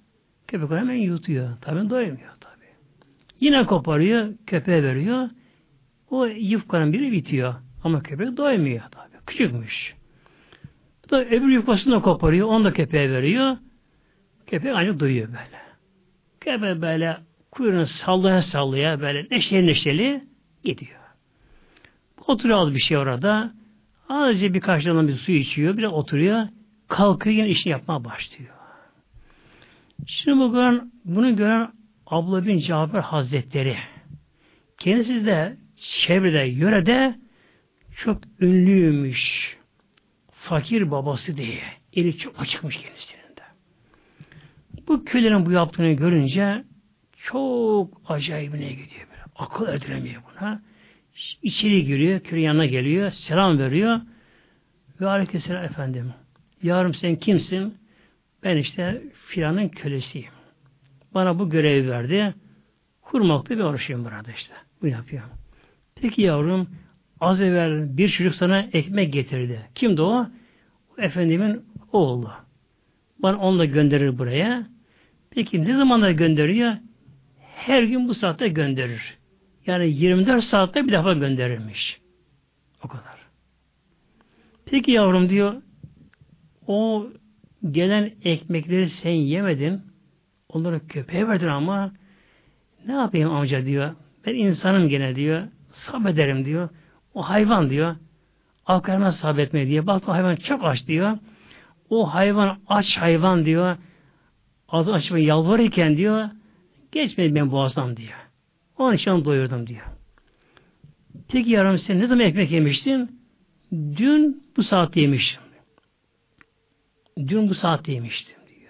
Köpek onu hemen yutuyor. Tabii doymuyor tabii. Yine koparıyor, köpeğe veriyor. O yufkanın biri bitiyor. Ama köpek doymuyor tabii. Küçükmüş. Bu da öbür yufkasını da koparıyor. Onu da köpeğe veriyor. Köpek ancak doyuyor böyle. Köpek böyle kuyruğunu sallaya sallaya böyle neşeli neşeli gidiyor. Oturuyor az bir şey orada. Azıcık birkaç damla bir su içiyor. Biraz oturuyor. Kalkıyor yine işini yapmaya başlıyor. Şimdi bunu gören Abla bin Cafer Hazretleri kendisi de çevrede, yörede çok ünlüymüş. Fakir babası diye. Eli çok açıkmış kendisinin de. Bu köylerin bu yaptığını görünce çok acayibine gidiyor. Böyle. Akıl erdiremiyor buna. İçeri giriyor, köyün yanına geliyor, selam veriyor. Ve aleykümselam efendim. Yavrum sen kimsin? Ben işte filanın kölesiyim. Bana bu görevi verdi. Kurmakta bir uğraşıyorum burada işte. Bunu yapıyorum. Peki yavrum, az evvel bir çocuk sana ekmek getirdi. Kimdi o? Efendimin oğlu. Bana onu da gönderir buraya. Peki ne zamanlar gönderiyor? Her gün bu saatte gönderir. Yani 24 saatte bir defa gönderirmiş. O kadar. Peki yavrum diyor, o gelen ekmekleri sen yemedin. Onları köpeğe verdin ama ne yapayım amca diyor. Ben insanım gene diyor. Sabrederim diyor. O hayvan diyor. Alkarına sabretmeye diye. Bak o hayvan çok aç diyor. O hayvan aç hayvan diyor. Ağzı açıp yalvarırken diyor. Geçmedi ben boğazdan diyor. Onun için onu doyurdum diyor. Peki yavrum sen ne zaman ekmek yemiştin? Dün bu saatte yemiştim. Dün bu saatte yemiştim diyor.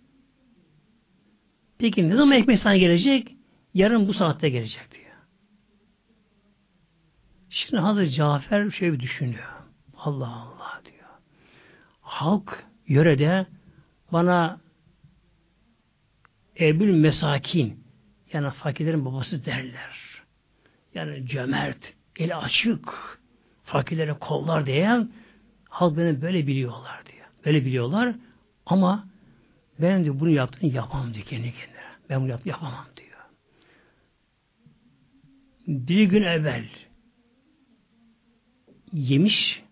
Peki ne zaman ekmek sana gelecek? Yarın bu saatte gelecek diyor. Şimdi Hazreti Cafer şöyle bir düşünüyor. Allah Allah diyor. Halk yörede bana Ebül Mesakin yani fakirlerin babası derler. Yani cömert, eli açık, fakirlere kollar diyen halk beni böyle biliyorlar diyor. Böyle biliyorlar ama ben diyor bunu yaptığını yapamam diyor kendi kendine. Ben bunu yapamam diyor. Bir gün evvel yemiş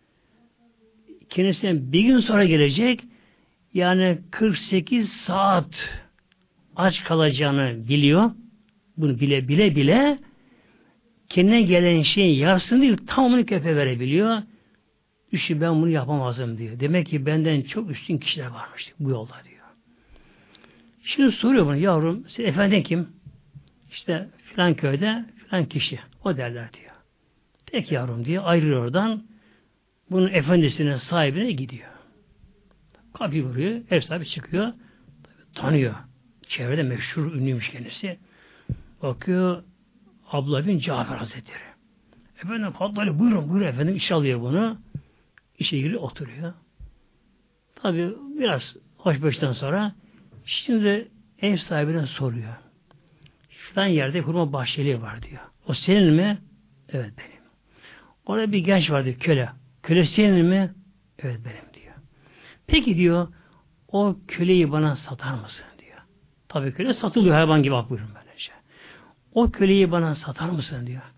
kendisinden bir gün sonra gelecek yani 48 saat aç kalacağını biliyor. Bunu bile kendine gelen şeyin yarısını değil tamamını köpeğe verebiliyor. İşte ben bunu yapamazdım diyor. Demek ki benden çok üstün kişiler varmış bu yolda diyor. Şimdi soruyor bana yavrum sen efendin kim? İşte filan köyde filan kişi. O derler diyor. Peki yavrum diye ayrılıyor oradan. Bunun efendisine sahibine gidiyor. Kapıyı vuruyor. Ev sahibi çıkıyor. Tanıyor. Çevrede meşhur ünlüymüş kendisi. Bakıyor Abla bin Cafer Hazretleri. Efendim Fadlı buyurun efendim iş alıyor bunu. İşe giriyor oturuyor. Tabi biraz hoşbeşten sonra şimdi ev sahibine soruyor. Şuradan yerde hurma bahçeli var diyor. O senin mi? Evet benim. Orada bir genç var diyor köle. Köle senin mi? Evet benim diyor. Peki diyor o köleyi bana satar mısın diyor. Tabii köle satılıyor hayvan gibi bak buyurun böylece. O köleyi bana satar mısın diyor.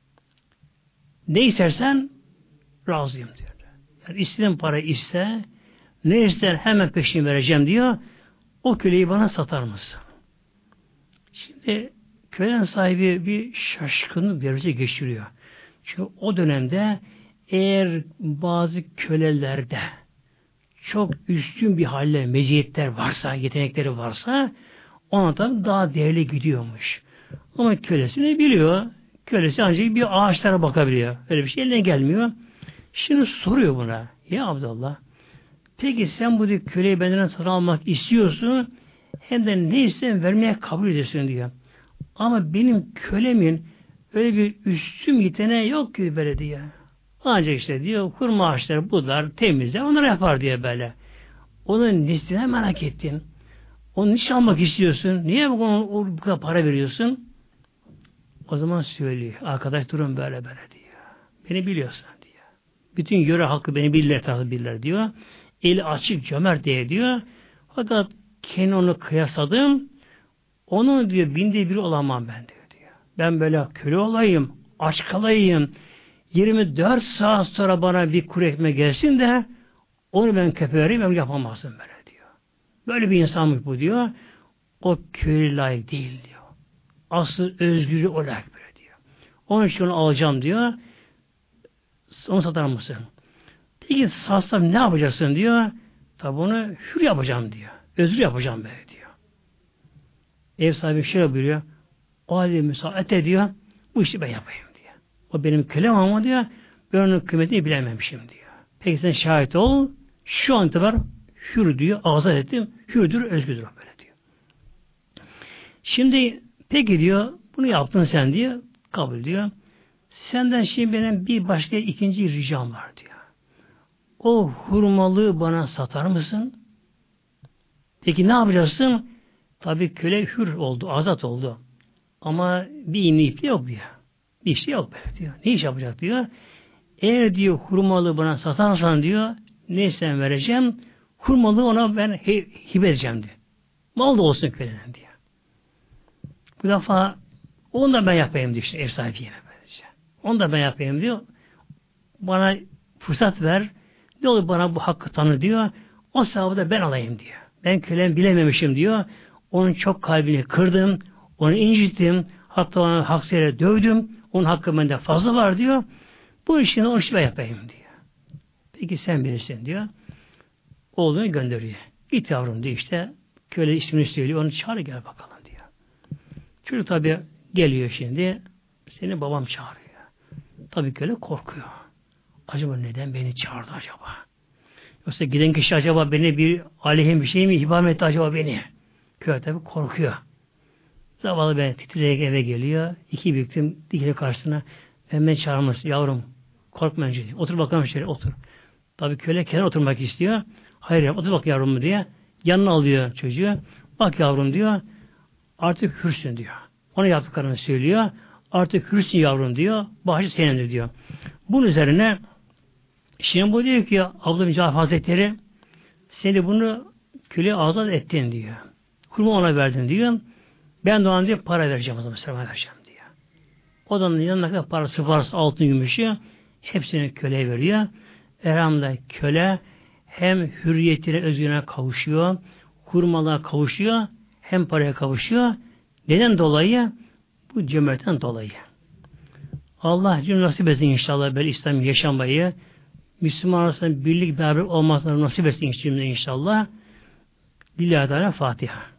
Ne istersen razıyım diyor. Yani istediğin parayı iste, ne ister hemen peşini vereceğim diyor. O köleyi bana satar mısın? Şimdi kölenin sahibi bir şaşkınlık derece geçiriyor. Çünkü o dönemde eğer bazı kölelerde çok üstün bir halle, meziyetler varsa, yetenekleri varsa ona da daha değerli gidiyormuş. Ama kölesini biliyor. Kölesi ancak bir ağaçlara bakabiliyor. Öyle bir şey eline gelmiyor. Şimdi soruyor buna. Ya Abdullah peki sen bu köleyi benden satın almak istiyorsun hem de ne istersen vermeye kabul ediyorsun diyor. Ama benim kölemin öyle bir üstün yeteneği yok ki böyle diyor. Ancak işte diyor hurma ağaçları budar, temizler, onları yapar diye böyle. Onun nesline merak ettin. Onu niçin almak istiyorsun? Niye bu kadar para veriyorsun? O zaman söylüyor. Arkadaş durum böyle diyor. Beni biliyorsun diyor. Bütün yöre halkı beni bilirler diyor. Eli açık cömert diye diyor. Fakat kendi onu kıyasladım. Onun diyor binde bir olamam ben diyor. Ben böyle köle olayım, aç kalayım. 24 saat sonra bana bir kuru ekmek gelsin de onu ben köpeğe ben yapamazsın böyle diyor. Böyle bir insanmış bu diyor. O köle layık değil diyor. Asıl özgürlüğü o layık böyle diyor. Onun için onu alacağım diyor. Onu satar mısın? Peki satsam ne yapacaksın diyor. Tabi onu hür yapacağım diyor. Özgür yapacağım böyle diyor. Ev sahibi şöyle buyuruyor. O halde müsaade ediyor. Bu işi ben yapayım diyor. O benim kölem ama diyor. Ben onun kıymetini bilememişim diyor. Peki sen şahit ol. Şu an itibar hür diyor. Azat ettim. Hürdür, özgürdür böyle diyor. Şimdi peki diyor. Bunu yaptın sen diyor. Kabul diyor. Senden şimdi benim bir başka ikinci ricam var diyor. O hurmalığı bana satar mısın? Peki ne yapacaksın? Tabii köle hür oldu, azat oldu. Ama bir iğne ipi yok diyor. Bir şey yok böyle diyor. Ne iş yapacak diyor. Eğer diyor hurmalığı bana satarsan diyor, ne sen vereceğim? Hurmalığı ona ben hibe edeceğim diyor. Mal da olsun kölenin diyor. Bu defa onu da ben yapayım diyor işte ev sahibiyim böylece. Onu da ben yapayım diyor. Bana fırsat ver. Ne olur bana bu hakkı tanı diyor. O sahabı da ben alayım diyor. Ben kölem bilememişim diyor. Onun çok kalbini kırdım. Onu incittim. Hatta onu haksız yere dövdüm. Onun hakkı bende fazla var diyor. Bu işini o işi ben yapayım diyor. Peki sen bilirsin diyor. Oğlunu gönderiyor. Git yavrum diyor işte. Köle ismini söylüyor. Onu çağır gel bakalım diyor. Çocuk tabi geliyor şimdi. Seni babam çağırıyor. Tabi köle korkuyor. Acaba neden beni çağırdı acaba? Yoksa giden kişi acaba beni bir aleyhim bir şey mi ihbar etti acaba beni? Köle tabi korkuyor. Zavallı ben titreyerek eve geliyor. İki büyüktüm dikili karşısına. Hemen çağırmış. Yavrum korkma önce diyor. Otur bakalım şöyle otur. Tabi köle kenara oturmak istiyor. Hayır otur bak yavrum diye. Yanına alıyor çocuğu. Bak yavrum diyor. Artık hürsün diyor. Ona yaptıklarını söylüyor. Artık hürsün yavrum diyor. Bahçe senindir diyor. Bunun üzerine şimdi bu diyor ki Abdülhamid Cafer Hazretleri seni bunu köle azat ettin diyor. Hurma ona verdin diyor. Ben de ona diyor para vereceğim o zaman sermaye vereceğim diyor. O da yanına kadar parası varsa altın gümüşü hepsini köleye veriyor. Elhamdülillah köle hem hürriyetine özgürlüğüne kavuşuyor, hurmalığa kavuşuyor, hem paraya kavuşuyor. Neden dolayı? Bu cömertten dolayı. Allah cümle nasip etsin inşallah böyle İslam yaşamayı, Müslüman arasında birlik beraber olmasını nasip etsin inşallah. Lillahi Teala Fatiha.